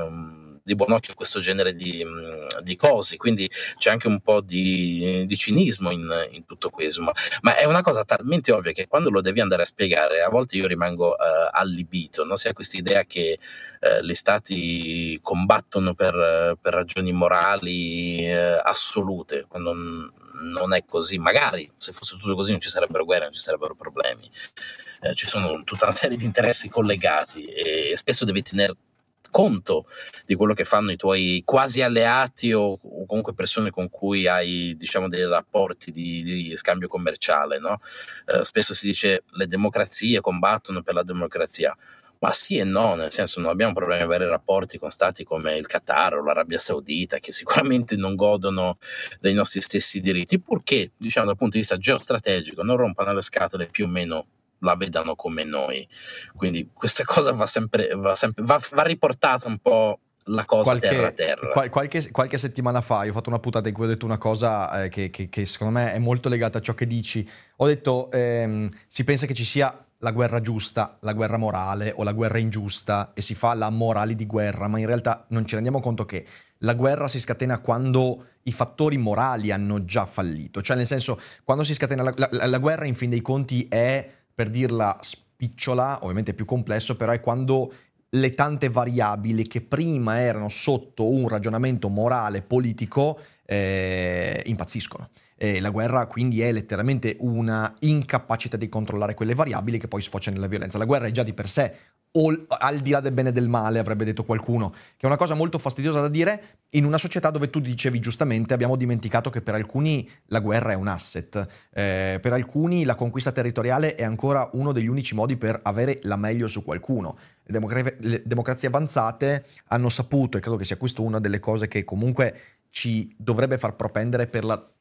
occhio questo genere di cose. Quindi c'è anche un po' di cinismo in tutto questo, ma è una cosa talmente ovvia che quando lo devi andare a spiegare a volte io rimango allibito, no? Si ha questa idea che gli stati combattono per ragioni morali assolute, quando non è così. Magari se fosse tutto così non ci sarebbero guerre, non ci sarebbero problemi. Ci sono tutta una serie di interessi collegati e spesso devi tener conto di quello che fanno i tuoi quasi alleati o comunque persone con cui hai, diciamo, dei rapporti di scambio commerciale, no? Spesso si dice le democrazie combattono per la democrazia. Ma sì e no, nel senso, non abbiamo problemi ad avere rapporti con stati come il Qatar o l'Arabia Saudita, che sicuramente non godono dei nostri stessi diritti, purché, diciamo, dal punto di vista geostrategico non rompano le scatole, più o meno la vedano come noi. Quindi questa cosa va riportata un po' la cosa terra a terra. Qualche settimana fa io ho fatto una puntata in cui ho detto una cosa che secondo me è molto legata a ciò che dici. Ho detto si pensa che ci sia la guerra giusta, la guerra morale o la guerra ingiusta e si fa la morale di guerra, ma in realtà non ci rendiamo conto che la guerra si scatena quando i fattori morali hanno già fallito. Cioè, nel senso, quando si scatena la guerra, in fin dei conti, è, per dirla spicciola, ovviamente è più complesso, però è quando le tante variabili che prima erano sotto un ragionamento morale politico impazziscono. La guerra quindi è letteralmente una incapacità di controllare quelle variabili che poi sfocia nella violenza. La guerra è già di per sé, o al di là del bene e del male, avrebbe detto qualcuno, che è una cosa molto fastidiosa da dire in una società dove tu dicevi giustamente abbiamo dimenticato che per alcuni la guerra è un asset, per alcuni la conquista territoriale è ancora uno degli unici modi per avere la meglio su qualcuno. Le democrazie avanzate hanno saputo, e credo che sia questa una delle cose che comunque ci dovrebbe far propendere per la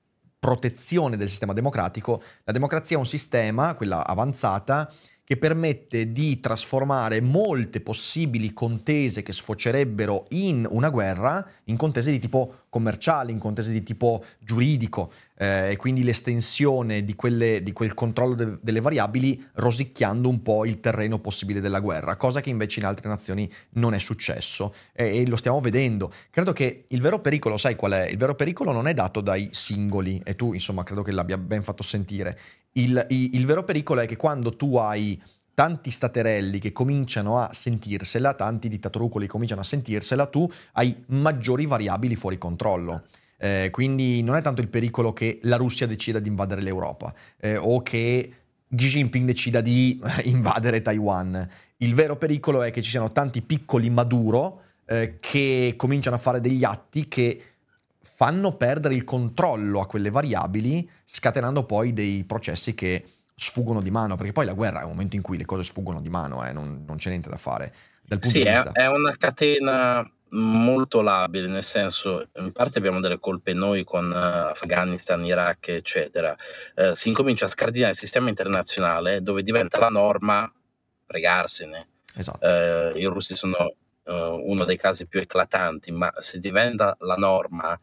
protezione del sistema democratico. La democrazia è un sistema, quella avanzata, che permette di trasformare molte possibili contese che sfocerebbero in una guerra in contese di tipo commerciale, in contese di tipo giuridico, e quindi l'estensione di quel controllo delle variabili, rosicchiando un po' il terreno possibile della guerra, cosa che invece in altre nazioni non è successo, e lo stiamo vedendo. Credo che il vero pericolo, sai qual è? Il vero pericolo non è dato dai singoli, e tu insomma credo che l'abbia ben fatto sentire. Il vero pericolo è che quando tu hai tanti staterelli che cominciano a sentirsela, tanti dittatorucoli cominciano a sentirsela, tu hai maggiori variabili fuori controllo. Quindi non è tanto il pericolo che la Russia decida di invadere l'Europa, o che Xi Jinping decida di invadere Taiwan. Il vero pericolo è che ci siano tanti piccoli Maduro che cominciano a fare degli atti che fanno perdere il controllo a quelle variabili, scatenando poi dei processi che sfuggono di mano, perché poi la guerra è un momento in cui le cose sfuggono di mano, non c'è niente da fare dal punto Sì, di vista. è una catena molto labile, nel senso, in parte abbiamo delle colpe noi con Afghanistan, Iraq, eccetera. Si incomincia a scardinare il sistema internazionale dove diventa la norma pregarsene. Esatto. I russi sono uno dei casi più eclatanti, ma se diventa la norma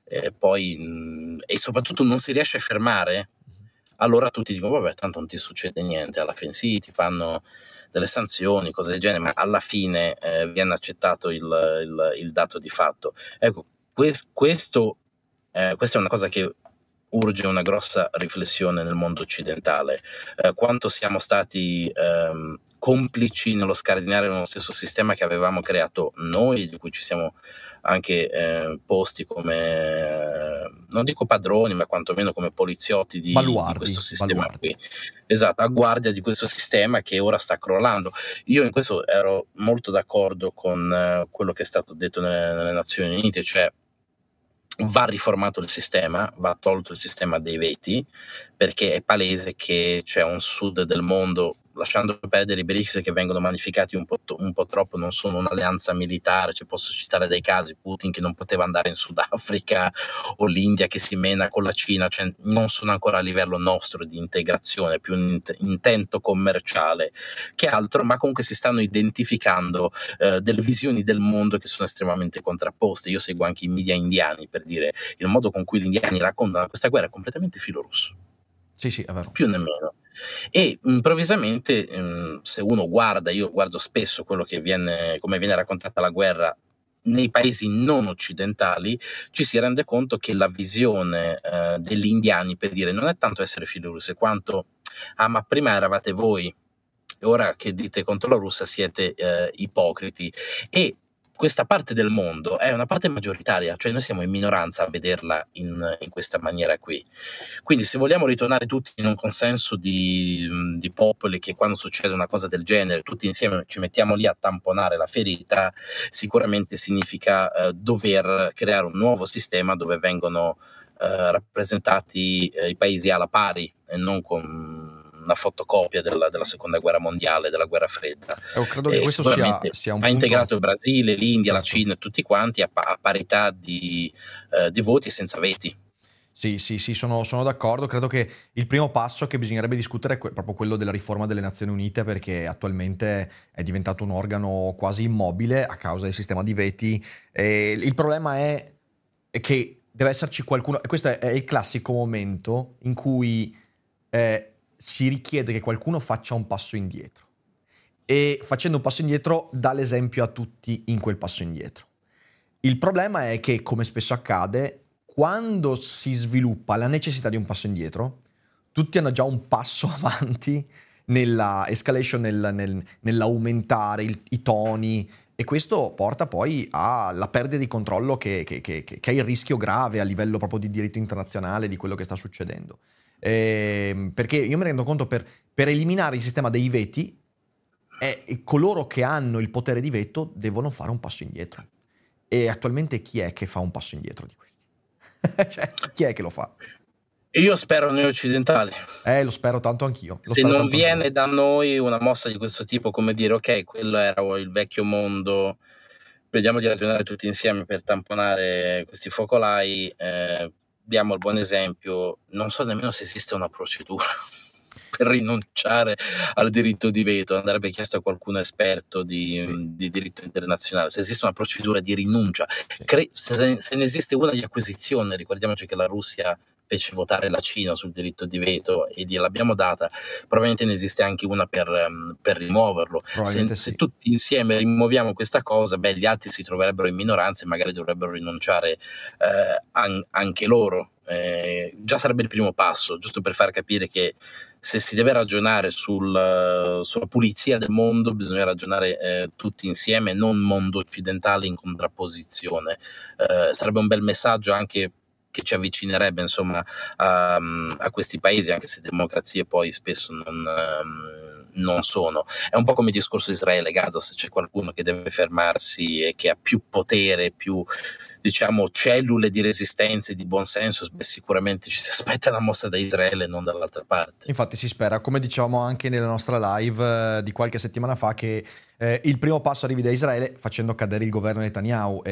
poi e soprattutto non si riesce a fermare, allora tutti dicono vabbè, tanto non ti succede niente, alla fine sì, ti fanno delle sanzioni, cose del genere, ma alla fine viene accettato il dato di fatto. Ecco, questa è una cosa che urge una grossa riflessione nel mondo occidentale, quanto siamo stati complici nello scardinare uno stesso sistema che avevamo creato noi, di cui ci siamo anche posti come, non dico padroni, ma quantomeno come poliziotti di questo sistema qui. Esatto, a guardia di questo sistema che ora sta crollando. Io in questo ero molto d'accordo con quello che è stato detto nelle Nazioni Unite, cioè va riformato il sistema, va tolto il sistema dei veti, perché è palese che c'è un sud del mondo, lasciando perdere i BRICS che vengono magnificati un po' troppo, non sono un'alleanza militare, cioè posso citare dei casi, Putin che non poteva andare in Sudafrica o l'India che si mena con la Cina, cioè non sono ancora a livello nostro di integrazione, più un intento commerciale che altro, ma comunque si stanno identificando delle visioni del mondo che sono estremamente contrapposte. Io seguo anche i media indiani, per dire, il modo con cui gli indiani raccontano questa guerra è completamente filorusso. Sì, è vero. Più nemmeno. E improvvisamente, se uno guarda, io guardo spesso quello che come viene raccontata la guerra nei paesi non occidentali, ci si rende conto che la visione degli indiani, per dire, non è tanto essere filorussi quanto ma prima eravate voi e ora che dite contro la Russia siete ipocriti. E questa parte del mondo è una parte maggioritaria, cioè noi siamo in minoranza a vederla in questa maniera qui. Quindi se vogliamo ritornare tutti in un consenso di popoli che quando succede una cosa del genere tutti insieme ci mettiamo lì a tamponare la ferita, sicuramente significa dover creare un nuovo sistema dove vengono rappresentati i paesi alla pari e non con una fotocopia della seconda guerra mondiale, della guerra fredda. Credo che questo sia un va integrato il Brasile, l'India, certo, la Cina, tutti quanti a parità di voti e senza veti. Sì, sono d'accordo. Credo che il primo passo che bisognerebbe discutere è proprio quello della riforma delle Nazioni Unite, perché attualmente è diventato un organo quasi immobile a causa del sistema di veti. Il problema è che deve esserci qualcuno, e questo è il classico momento in cui si richiede che qualcuno faccia un passo indietro, e facendo un passo indietro dà l'esempio a tutti in quel passo indietro. Il problema è che, come spesso accade, quando si sviluppa la necessità di un passo indietro, tutti hanno già un passo avanti nella escalation, nell'aumentare i toni, e questo porta poi alla perdita di controllo che è il rischio grave a livello proprio di diritto internazionale di quello che sta succedendo. Perché io mi rendo conto, per eliminare il sistema dei veti, coloro che hanno il potere di veto devono fare un passo indietro. E attualmente chi è che fa un passo indietro di questi? Cioè, chi è che lo fa? Io spero noi occidentali. Lo spero tanto anch'io. Se non viene da noi una mossa di questo tipo, come dire ok, quello era il vecchio mondo, vediamo di ragionare tutti insieme per tamponare questi focolai, abbiamo il buon esempio, non so nemmeno se esiste una procedura per rinunciare al diritto di veto, andrebbe chiesto a qualcuno esperto di diritto internazionale se esiste una procedura di rinuncia. Se ne esiste una di acquisizione, ricordiamoci che la Russia fece votare la Cina sul diritto di veto e gliel'abbiamo data, probabilmente ne esiste anche una per rimuoverlo. Se tutti insieme rimuoviamo questa cosa, gli altri si troverebbero in minoranza e magari dovrebbero rinunciare anche loro. Già sarebbe il primo passo, giusto per far capire che se si deve ragionare sulla pulizia del mondo bisogna ragionare tutti insieme, non mondo occidentale in contrapposizione. Sarebbe un bel messaggio anche che ci avvicinerebbe insomma a questi paesi, anche se democrazie poi spesso non sono. È un po' come il discorso Israele-Gaza, se c'è qualcuno che deve fermarsi e che ha più potere, più diciamo cellule di resistenza e di buonsenso, sicuramente ci si aspetta una mossa da Israele, non dall'altra parte. Infatti si spera, come dicevamo anche nella nostra live di qualche settimana fa, che il primo passo arrivi da Israele facendo cadere il governo Netanyahu,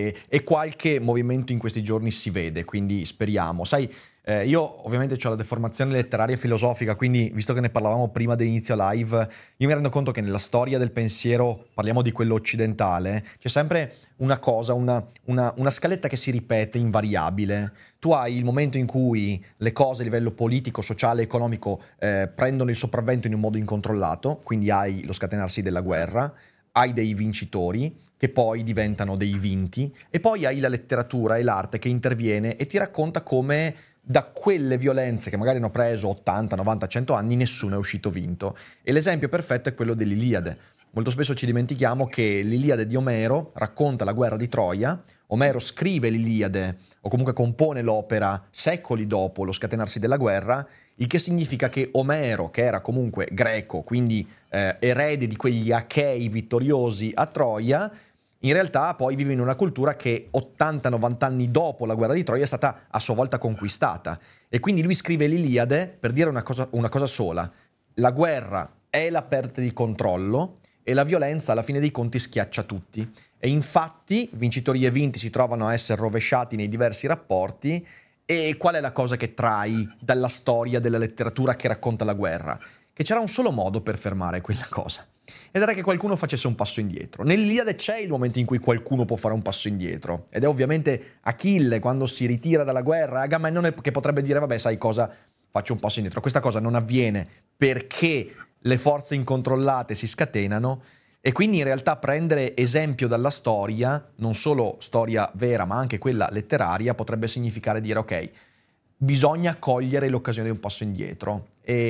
e qualche movimento in questi giorni si vede, quindi speriamo. Sai, io ovviamente ho la deformazione letteraria e filosofica, quindi visto che ne parlavamo prima dell'inizio live, io mi rendo conto che nella storia del pensiero, parliamo di quello occidentale, c'è sempre una cosa, una scaletta che si ripete invariabile. Tu hai il momento in cui le cose a livello politico, sociale, economico prendono il sopravvento in un modo incontrollato, quindi hai lo scatenarsi della guerra, hai dei vincitori che poi diventano dei vinti, e poi hai la letteratura e l'arte che interviene e ti racconta come da quelle violenze che magari hanno preso 80, 90, 100 anni nessuno è uscito vinto. E l'esempio perfetto è quello dell'Iliade. Molto spesso ci dimentichiamo che l'Iliade di Omero racconta la guerra di Troia. Omero scrive l'Iliade, o comunque compone l'opera, secoli dopo lo scatenarsi della guerra, il che significa che Omero, che era comunque greco, quindi erede di quegli Achei vittoriosi a Troia, in realtà poi vive in una cultura che 80-90 anni dopo la guerra di Troia è stata a sua volta conquistata. E quindi lui scrive l'Iliade per dire una cosa sola: la guerra è la perdita di controllo e la violenza alla fine dei conti schiaccia tutti. E infatti vincitori e vinti si trovano a essere rovesciati nei diversi rapporti. E qual è la cosa che trai dalla storia della letteratura che racconta la guerra? Che c'era un solo modo per fermare quella cosa, ed era che qualcuno facesse un passo indietro. Nell'Iliade c'è il momento in cui qualcuno può fare un passo indietro, ed è ovviamente Achille quando si ritira dalla guerra, Agamennone che potrebbe dire vabbè, sai cosa, faccio un passo indietro. Questa cosa non avviene perché le forze incontrollate si scatenano, e quindi in realtà prendere esempio dalla storia, non solo storia vera ma anche quella letteraria, potrebbe significare dire ok, bisogna cogliere l'occasione di un passo indietro.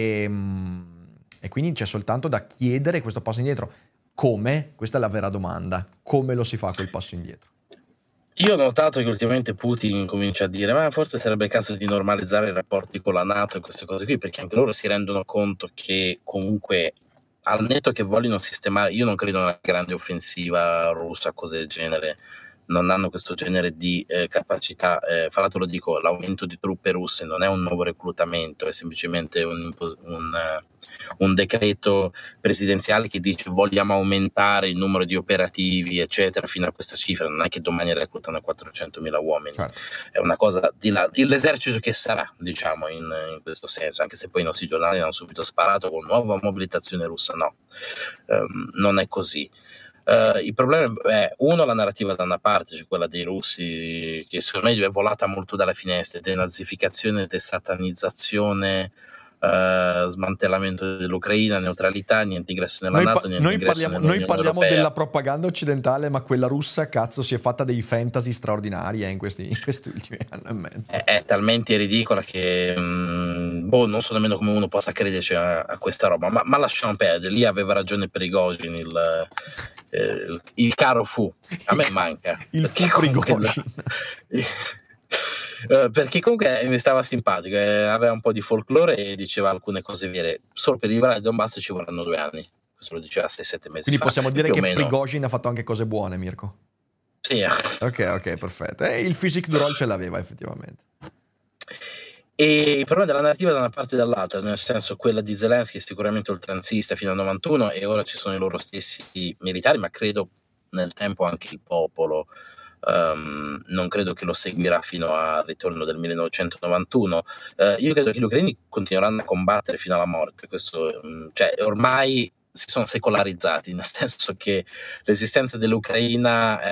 E quindi c'è soltanto da chiedere questo passo indietro. Come? Questa è la vera domanda. Come lo si fa quel passo indietro? Io ho notato che ultimamente Putin comincia a dire ma forse sarebbe il caso di normalizzare i rapporti con la NATO e queste cose qui, perché anche loro si rendono conto che comunque, al netto che vogliono sistemare, io non credo in una grande offensiva russa, cose del genere, non hanno questo genere di capacità. Fra l'altro lo dico, l'aumento di truppe russe non è un nuovo reclutamento, è semplicemente un decreto presidenziale che dice vogliamo aumentare il numero di operativi eccetera fino a questa cifra. Non è che domani reclutano 400.000 uomini, certo. È una cosa di là, l'esercito che sarà, diciamo, in questo senso, anche se poi i nostri giornali hanno subito sparato con nuova mobilitazione russa. No, non è così. Il problema è, uno, la narrativa da una parte, cioè quella dei russi, che secondo me è volata molto dalle finestre: denazificazione, desatanizzazione, smantellamento dell'Ucraina, neutralità, niente ingresso nella NATO, niente ingresso nell'Unione Noi parliamo Europea. della propaganda occidentale, ma quella russa, cazzo, si è fatta dei fantasy straordinari in questi ultimi anni e mezzo. È talmente ridicola che non so nemmeno come uno possa crederci a questa roba, ma lasciamo perdere. Lì aveva ragione Prigozhin, il caro fu, a me manca il fu Prigozhin. Perché comunque mi stava simpatico, aveva un po' di folklore e diceva alcune cose vere. Solo per liberare il Donbass ci vorranno 2 anni, questo lo diceva 6-7 mesi Quindi fa. Quindi possiamo dire che Prigozhin ha fatto anche cose buone, Mirko? Sì. Ok, perfetto. E il physique du role ce l'aveva effettivamente. E il problema della narrativa da una parte e dall'altra, nel senso, quella di Zelensky è sicuramente oltranzista fino al 91 e ora ci sono i loro stessi militari, ma credo nel tempo anche il popolo non credo che lo seguirà fino al ritorno del 1991. Io credo che gli ucraini continueranno a combattere fino alla morte, questo, cioè ormai si sono secolarizzati, nel senso che l'esistenza dell'Ucraina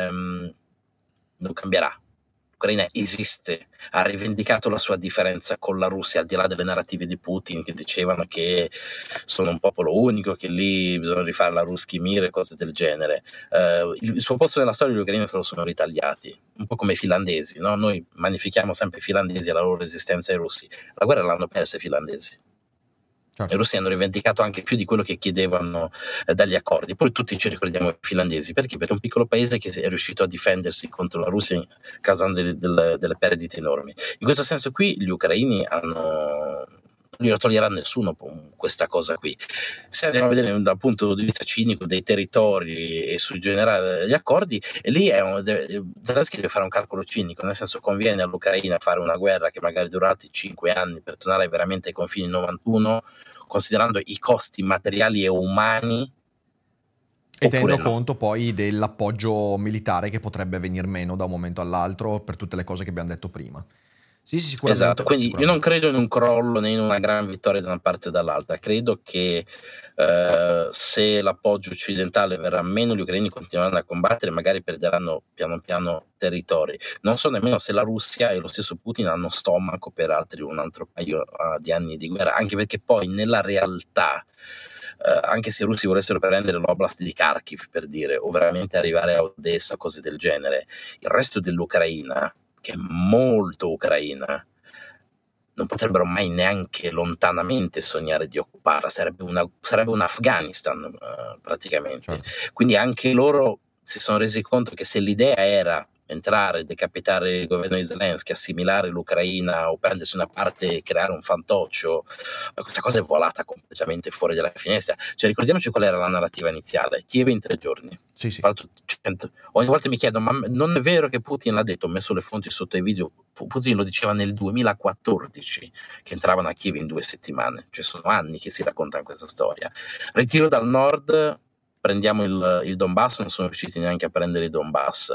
non cambierà. L'Ucraina esiste, ha rivendicato la sua differenza con la Russia, al di là delle narrative di Putin che dicevano che sono un popolo unico, che lì bisogna rifare la Ruski Mir e cose del genere. Il suo posto nella storia gli ucraini se lo sono ritagliati, un po' come i finlandesi, no? Noi magnifichiamo sempre i finlandesi e la loro resistenza ai russi. La guerra l'hanno persa i finlandesi. Certo. I russi hanno rivendicato anche più di quello che chiedevano dagli accordi. Poi tutti ci ricordiamo i finlandesi, perché è un piccolo paese che è riuscito a difendersi contro la Russia causando delle perdite enormi. In questo senso qui gli ucraini non glielo toglierà nessuno questa cosa qui. Se andiamo a vedere dal punto di vista cinico dei territori e sui generali degli accordi, e lì Zelensky deve fare un calcolo cinico, nel senso conviene all'Ucraina fare una guerra che magari durati 5 anni per tornare veramente ai confini 91, considerando i costi materiali e umani, e tenendo conto poi dell'appoggio militare che potrebbe venir meno da un momento all'altro per tutte le cose che abbiamo detto prima. Sì, sicuramente. Esatto, quindi io non credo in un crollo né in una gran vittoria da una parte o dall'altra. Credo che se l'appoggio occidentale verrà meno, gli ucraini continueranno a combattere, magari perderanno piano piano territori. Non so nemmeno se la Russia e lo stesso Putin hanno stomaco per un altro paio di anni di guerra, anche perché poi nella realtà, anche se i russi volessero prendere l'oblast di Kharkiv, per dire, o veramente arrivare a Odessa, cose del genere, il resto dell'Ucraina, che è molto ucraina, non potrebbero mai neanche lontanamente sognare di occuparla, sarebbe un Afghanistan praticamente. Certo. Quindi anche loro si sono resi conto che se l'idea era entrare, decapitare il governo di Zelensky, assimilare l'Ucraina o prendersi una parte e creare un fantoccio, questa cosa è volata completamente fuori dalla finestra. Cioè, ricordiamoci qual era la narrativa iniziale: Kiev in 3 giorni. Sì. Ogni volta mi chiedo, ma non è vero che Putin l'ha detto? Ho messo le fonti sotto i video. Putin lo diceva nel 2014 che entravano a Kiev in 2 settimane, cioè sono anni che si racconta questa storia. Ritiro dal nord, prendiamo il Donbass, non sono riusciti neanche a prendere il Donbass.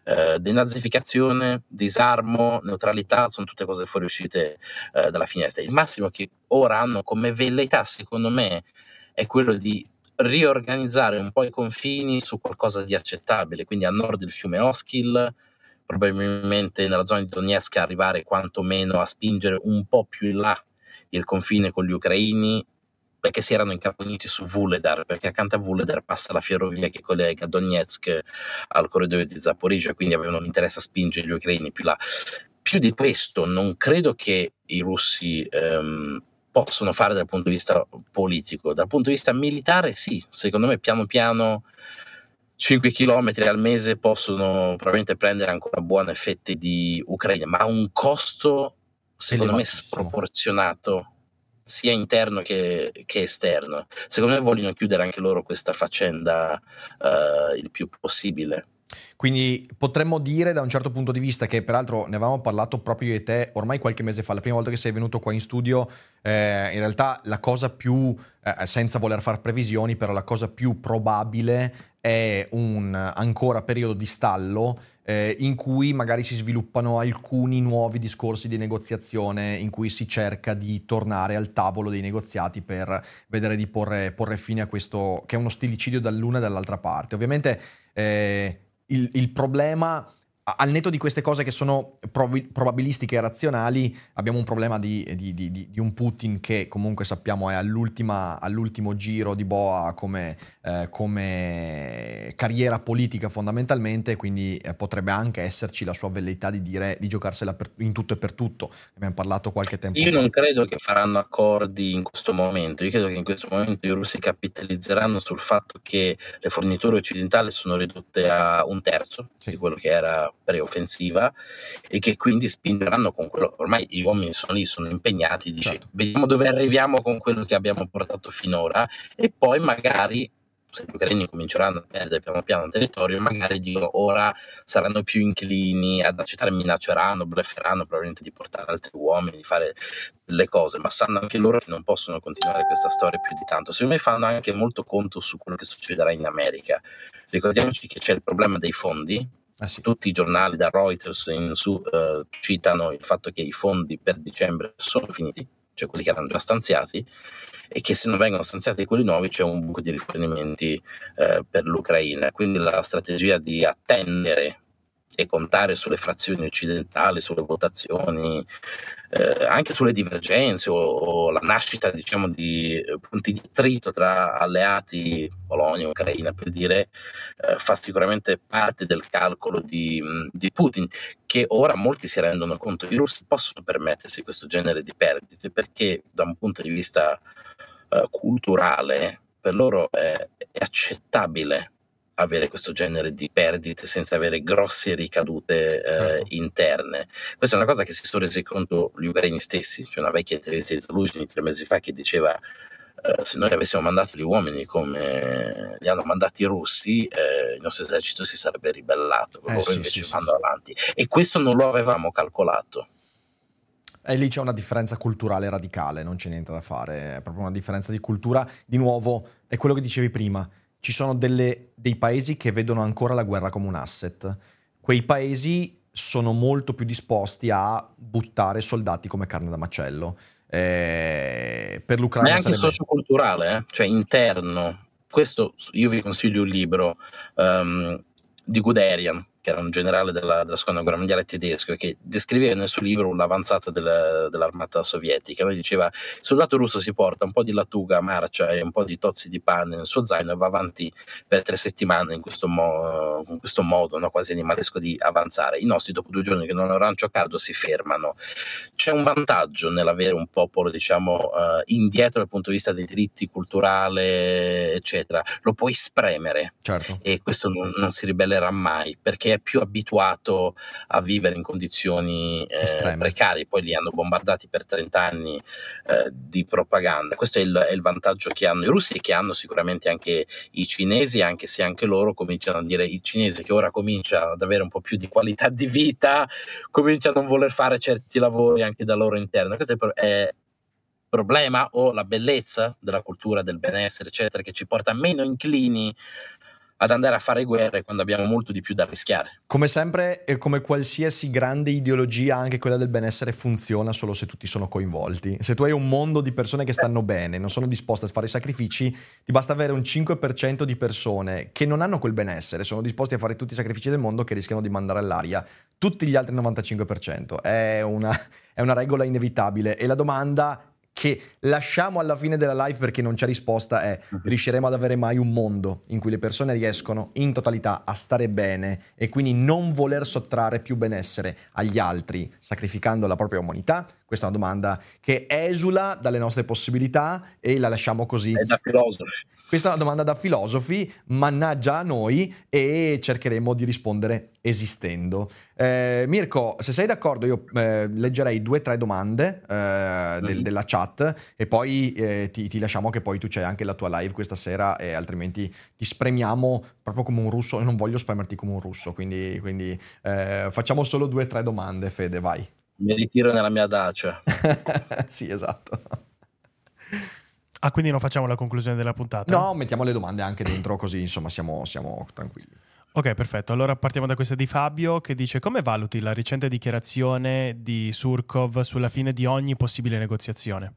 Denazificazione, disarmo, neutralità, sono tutte cose fuoriuscite dalla finestra. Il massimo che ora hanno come velleità, secondo me, è quello di riorganizzare un po' i confini su qualcosa di accettabile, quindi a nord il fiume Oskil, probabilmente nella zona di Donetsk arrivare quantomeno a spingere un po' più in là il confine con gli ucraini, perché si erano incaponiti su Vuhledar, perché accanto a Vuhledar passa la ferrovia che collega Donetsk al corridoio di Zaporizhzhia, quindi avevano interesse a spingere gli ucraini più là. Più di questo non credo che i russi possono fare dal punto di vista politico. Dal punto di vista militare sì, secondo me piano piano 5 chilometri al mese possono probabilmente prendere ancora buone fette di Ucraina, ma a un costo secondo me sproporzionato sia interno che esterno. Secondo me vogliono chiudere anche loro questa faccenda il più possibile. Quindi potremmo dire da un certo punto di vista, che peraltro ne avevamo parlato proprio io e te ormai qualche mese fa, la prima volta che sei venuto qua in studio, in realtà la cosa più, senza voler fare previsioni, però la cosa più probabile è un ancora periodo di stallo in cui magari si sviluppano alcuni nuovi discorsi di negoziazione, in cui si cerca di tornare al tavolo dei negoziati per vedere di porre fine a questo, che è uno stillicidio dall'una e dall'altra parte. Ovviamente il problema, al netto di queste cose che sono probabilistiche e razionali, abbiamo un problema di un Putin che comunque sappiamo è all'ultimo giro di boa come carriera politica fondamentalmente, quindi potrebbe anche esserci la sua velleità di giocarsela in tutto e per tutto. Abbiamo parlato qualche tempo fa. Io non credo che faranno accordi in questo momento. Io credo che in questo momento i russi capitalizzeranno sul fatto che le forniture occidentali sono ridotte a 1/3 di quello che era pre-offensiva, e che quindi spingeranno con quello. Ormai gli uomini sono lì, sono impegnati, dice, certo, vediamo dove arriviamo con quello che abbiamo portato finora, e poi magari, se gli ucraini cominceranno a perdere piano piano il territorio, magari ora saranno più inclini ad accettare, minacceranno, blefferanno probabilmente di portare altri uomini, di fare le cose, ma sanno anche loro che non possono continuare questa storia più di tanto. Secondo me fanno anche molto conto su quello che succederà in America. Ricordiamoci che c'è il problema dei fondi, Sì. Tutti i giornali, da Reuters in su, citano il fatto che i fondi per dicembre sono finiti, cioè quelli che erano già stanziati, e che se non vengono stanziati quelli nuovi c'è un buco di rifornimenti per l'Ucraina. Quindi la strategia di attendere e contare sulle frazioni occidentali, sulle votazioni, anche sulle divergenze o la nascita, diciamo, di punti di attrito tra alleati, Polonia, Ucraina, per dire, fa sicuramente parte del calcolo di Putin, che ora molti si rendono conto, i russi possono permettersi questo genere di perdite perché da un punto di vista culturale per loro è accettabile avere questo genere di perdite senza avere grosse ricadute interne. Questa è una cosa che si sono resi conto gli ucraini stessi. C'è una vecchia intervista di Zaluzhny 3 mesi fa che diceva se noi avessimo mandato gli uomini come li hanno mandati i russi, il nostro esercito si sarebbe ribellato, loro invece vanno avanti. E questo non lo avevamo calcolato. E lì c'è una differenza culturale radicale, non c'è niente da fare, è proprio una differenza di cultura. Di nuovo, è quello che dicevi prima, ci sono dei paesi che vedono ancora la guerra come un asset. Quei paesi sono molto più disposti a buttare soldati come carne da macello. Per l'Ucraina ma è anche socioculturale, cioè interno. Questo io vi consiglio un libro di Guderian, che era un generale della seconda guerra mondiale tedesco, che descriveva nel suo libro l'avanzata dell'armata sovietica. Lui diceva: il soldato russo si porta un po' di lattuga, marcia e un po' di tozzi di pane nel suo zaino e va avanti per 3 settimane in questo modo, no, quasi animalesco di avanzare. I nostri dopo 2 giorni che non avranno giocato si fermano. C'è un vantaggio nell'avere un popolo, diciamo, indietro dal punto di vista dei diritti culturale, eccetera. Lo puoi spremere, certo. E questo non si ribellerà mai, perché è più abituato a vivere in condizioni precarie. Poi li hanno bombardati per 30 anni di propaganda. Questo è il vantaggio che hanno i russi e che hanno sicuramente anche i cinesi, anche se anche loro cominciano a dire, il cinese che ora comincia ad avere un po' più di qualità di vita, comincia a non voler fare certi lavori anche da loro interno. Questo è problema o la bellezza della cultura del benessere, eccetera, che ci porta meno inclini ad andare a fare guerre quando abbiamo molto di più da rischiare. Come sempre e come qualsiasi grande ideologia, anche quella del benessere funziona solo se tutti sono coinvolti. Se tu hai un mondo di persone che stanno bene, non sono disposte a fare sacrifici, ti basta avere un 5% di persone che non hanno quel benessere, sono disposti a fare tutti i sacrifici del mondo, che rischiano di mandare all'aria tutti gli altri 95%. È una regola inevitabile. E la domanda che lasciamo alla fine della live, perché non c'è risposta, è: riusciremo ad avere mai un mondo in cui le persone riescono in totalità a stare bene e quindi non voler sottrarre più benessere agli altri sacrificando la propria umanità? Questa è una domanda che esula dalle nostre possibilità e la lasciamo così. È da filosofi. Questa è una domanda da filosofi, mannaggia a noi, e cercheremo di rispondere esistendo. Mirko, se sei d'accordo, io leggerei 2 o 3 domande della chat e poi ti lasciamo, che poi tu c'hai anche la tua live questa sera e altrimenti ti spremiamo proprio come un russo. Io non voglio spremerti come un russo, quindi facciamo solo 2 o 3 domande. Fede, vai. Mi ritiro nella mia dacia. Sì, esatto. Ah, quindi non facciamo la conclusione della puntata? No, mettiamo le domande anche dentro, così insomma siamo tranquilli. Ok, perfetto. Allora partiamo da questa di Fabio, che dice: come valuti la recente dichiarazione di Surkov sulla fine di ogni possibile negoziazione?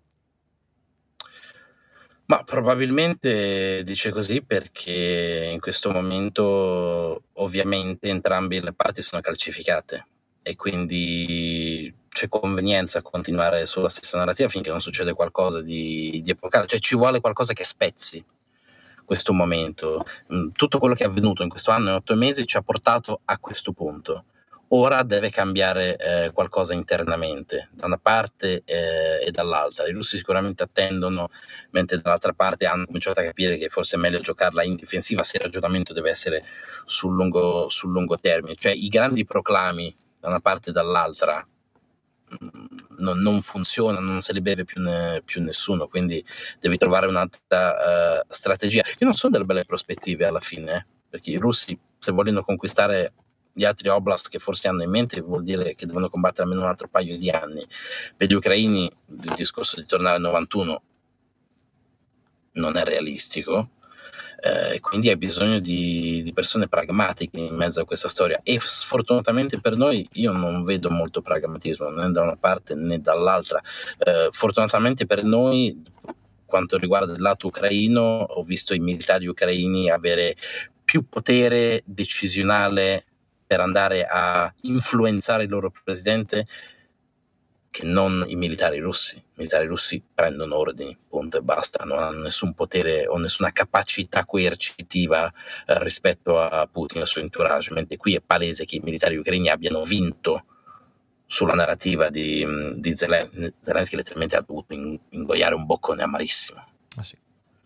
Ma probabilmente dice così perché in questo momento ovviamente entrambe le parti sono calcificate e quindi c'è convenienza a continuare sulla stessa narrativa finché non succede qualcosa di epocale, cioè ci vuole qualcosa che spezzi questo momento. Tutto quello che è avvenuto in questo anno e 8 mesi ci ha portato a questo punto. Ora deve cambiare qualcosa internamente, da una parte e dall'altra. I russi sicuramente attendono, mentre dall'altra parte hanno cominciato a capire che forse è meglio giocarla in difensiva se il ragionamento deve essere sul lungo termine. Cioè i grandi proclami da una parte e dall'altra non funziona, non se li beve più nessuno, quindi devi trovare un'altra strategia. Io non sono delle belle prospettive alla fine, perché i russi, se vogliono conquistare gli altri oblast che forse hanno in mente, vuol dire che devono combattere almeno un altro paio di anni. Per gli ucraini il discorso di tornare al 91 non è realistico. e quindi hai bisogno di persone pragmatiche in mezzo a questa storia, e sfortunatamente per noi io non vedo molto pragmatismo né da una parte né dall'altra. Fortunatamente per noi, quanto riguarda il lato ucraino, ho visto i militari ucraini avere più potere decisionale per andare a influenzare il loro presidente che non i militari russi. I militari russi prendono ordini, punto e basta, non hanno nessun potere o nessuna capacità coercitiva rispetto a Putin e al suo entourage, mentre qui è palese che i militari ucraini abbiano vinto sulla narrativa di Zelensky, letteralmente ha dovuto ingoiare un boccone amarissimo. Ah, sì.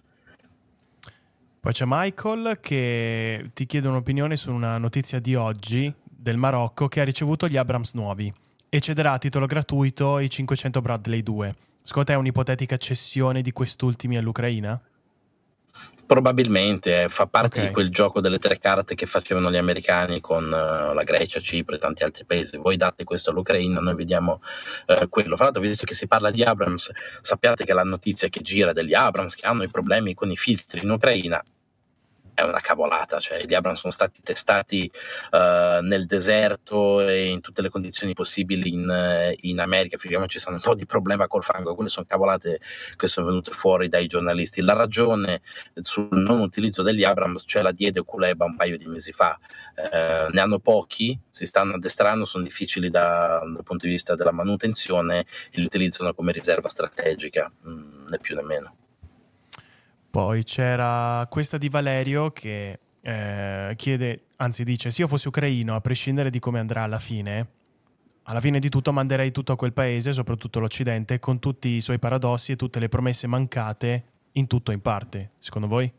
Poi c'è Michael che ti chiede un'opinione su una notizia di oggi del Marocco, che ha ricevuto gli Abrams nuovi e cederà a titolo gratuito i 500 Bradley 2. Secondo te è un'ipotetica cessione di quest'ultimi all'Ucraina? Probabilmente fa parte di quel gioco delle 3 carte che facevano gli americani con la Grecia, Cipro e tanti altri paesi. Voi date questo all'Ucraina, noi vediamo quello. Fra l'altro, visto che si parla di Abrams, sappiate che la notizia che gira degli Abrams che hanno i problemi con i filtri in Ucraina è una cavolata. Cioè, gli Abrams sono stati testati nel deserto e in tutte le condizioni possibili in America. Figuriamoci, stanno un po' di problema col fango. Quelle sono cavolate che sono venute fuori dai giornalisti. La ragione sul non utilizzo degli Abrams ce la diede Kuleba un paio di mesi fa. Ne hanno pochi, si stanno addestrando, sono difficili dal punto di vista della manutenzione e li utilizzano come riserva strategica, né più né meno. Poi c'era questa di Valerio che chiede, anzi dice: se io fossi ucraino, a prescindere di come andrà alla fine di tutto manderei tutto a quel paese, soprattutto l'Occidente, con tutti i suoi paradossi e tutte le promesse mancate in tutto o in parte. Secondo voi?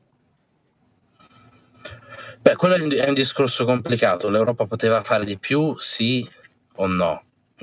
Beh, quello è un discorso complicato. L'Europa poteva fare di più, sì o no?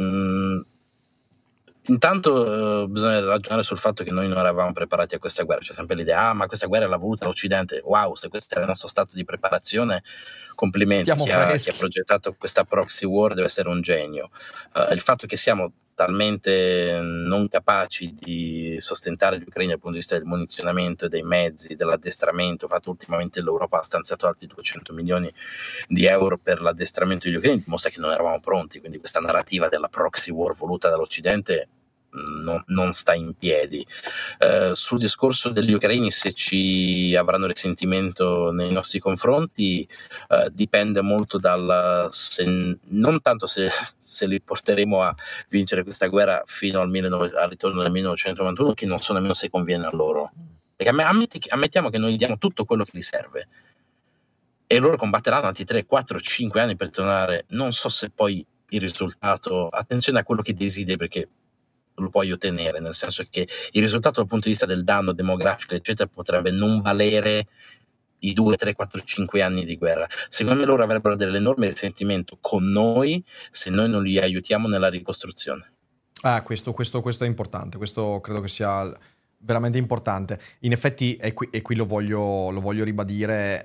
Intanto bisogna ragionare sul fatto che noi non eravamo preparati a questa guerra. C'è sempre l'idea, ma questa guerra l'ha voluta l'Occidente. Wow, se questo era il nostro stato di preparazione, complimenti. Chi ha progettato questa proxy war deve essere un genio. Il fatto che siamo talmente non capaci di sostentare gli ucraini dal punto di vista del munizionamento e dei mezzi, dell'addestramento. Fatto ultimamente l'Europa ha stanziato altri 200 milioni di euro per l'addestramento degli ucraini, dimostra che non eravamo pronti. Quindi questa narrativa della proxy war voluta dall'Occidente non sta in piedi. Sul discorso degli ucraini, se ci avranno risentimento nei nostri confronti, dipende molto non tanto se li porteremo a vincere questa guerra fino al ritorno del 1991, che non so nemmeno se conviene a loro, perché ammettiamo che noi diamo tutto quello che gli serve e loro combatteranno altri 3, 4, 5 anni per tornare. Non so se poi il risultato, attenzione a quello che desideri, perché lo puoi ottenere, nel senso che il risultato dal punto di vista del danno demografico eccetera potrebbe non valere i 2, 3, 4, 5 anni di guerra. Secondo me loro avrebbero dell'enorme risentimento con noi se noi non li aiutiamo nella ricostruzione. Questo è importante, questo credo che sia veramente importante. In effetti, e qui lo voglio ribadire,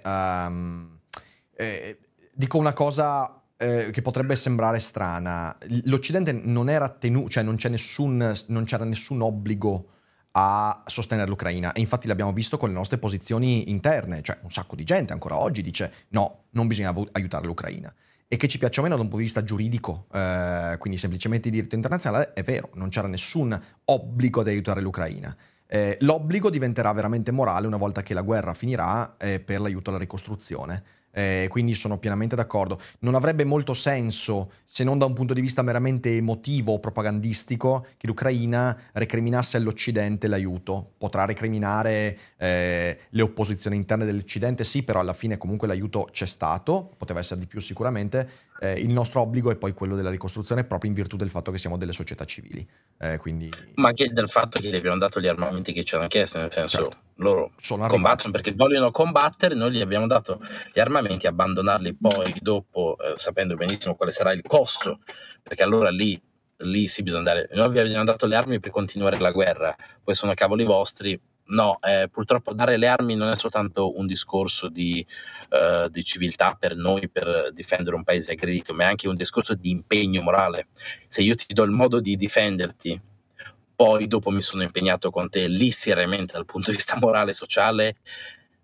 dico una cosa che potrebbe sembrare strana. L'Occidente non era tenuto, cioè non c'era nessun obbligo a sostenere l'Ucraina, e infatti l'abbiamo visto con le nostre posizioni interne. Cioè un sacco di gente ancora oggi dice no, non bisogna aiutare l'Ucraina, e che ci piaccia o meno da un punto di vista giuridico, quindi semplicemente di diritto internazionale, è vero, non c'era nessun obbligo di aiutare l'Ucraina. L'obbligo diventerà veramente morale una volta che la guerra finirà, per l'aiuto alla ricostruzione. Quindi sono pienamente d'accordo. Non avrebbe molto senso, se non da un punto di vista meramente emotivo o propagandistico, che l'Ucraina recriminasse all'Occidente l'aiuto. Potrà recriminare le opposizioni interne dell'Occidente, sì, però alla fine comunque l'aiuto c'è stato, poteva essere di più sicuramente. Il nostro obbligo è poi quello della ricostruzione, proprio in virtù del fatto che siamo delle società civili. Ma anche del fatto che gli abbiamo dato gli armamenti che ci hanno chiesto, nel senso, certo, loro combattono perché vogliono combattere, noi gli abbiamo dato gli armamenti, abbandonarli poi dopo, sapendo benissimo quale sarà il costo, perché allora lì sì bisogna andare. Noi vi abbiamo dato le armi per continuare la guerra, poi sono cavoli vostri. No, purtroppo dare le armi non è soltanto un discorso di civiltà per noi, per difendere un paese aggredito, ma è anche un discorso di impegno morale. Se io ti do il modo di difenderti, poi dopo mi sono impegnato con te lì seriamente dal punto di vista morale e sociale,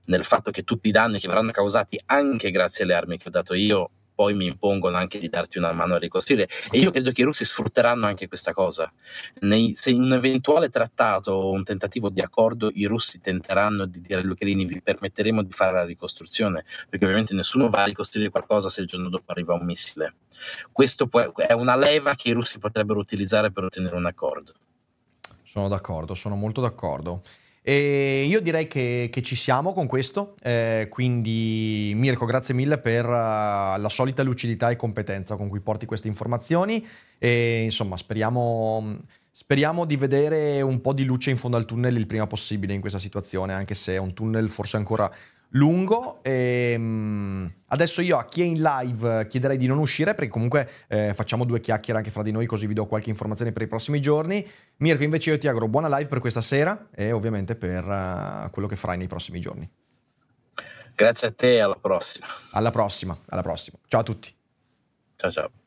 nel fatto che tutti i danni che verranno causati anche grazie alle armi che ho dato io poi mi impongono anche di darti una mano a ricostruire, e io credo che i russi sfrutteranno anche questa cosa. Se in un eventuale trattato o un tentativo di accordo i russi tenteranno di dire agli ucraini vi permetteremo di fare la ricostruzione, perché ovviamente nessuno va a ricostruire qualcosa se il giorno dopo arriva un missile. Questo è una leva che i russi potrebbero utilizzare per ottenere un accordo. Sono d'accordo, sono molto d'accordo. E io direi che ci siamo con questo, quindi Mirko, grazie mille per la solita lucidità e competenza con cui porti queste informazioni e insomma speriamo di vedere un po' di luce in fondo al tunnel il prima possibile in questa situazione, anche se è un tunnel forse ancora lungo. Adesso io a chi è in live chiederei di non uscire perché comunque facciamo due chiacchiere anche fra di noi, così vi do qualche informazione per i prossimi giorni. Mirko, invece io ti auguro buona live per questa sera e ovviamente per quello che farai nei prossimi giorni. Grazie a te e alla prossima. Alla prossima. Ciao a tutti. Ciao ciao.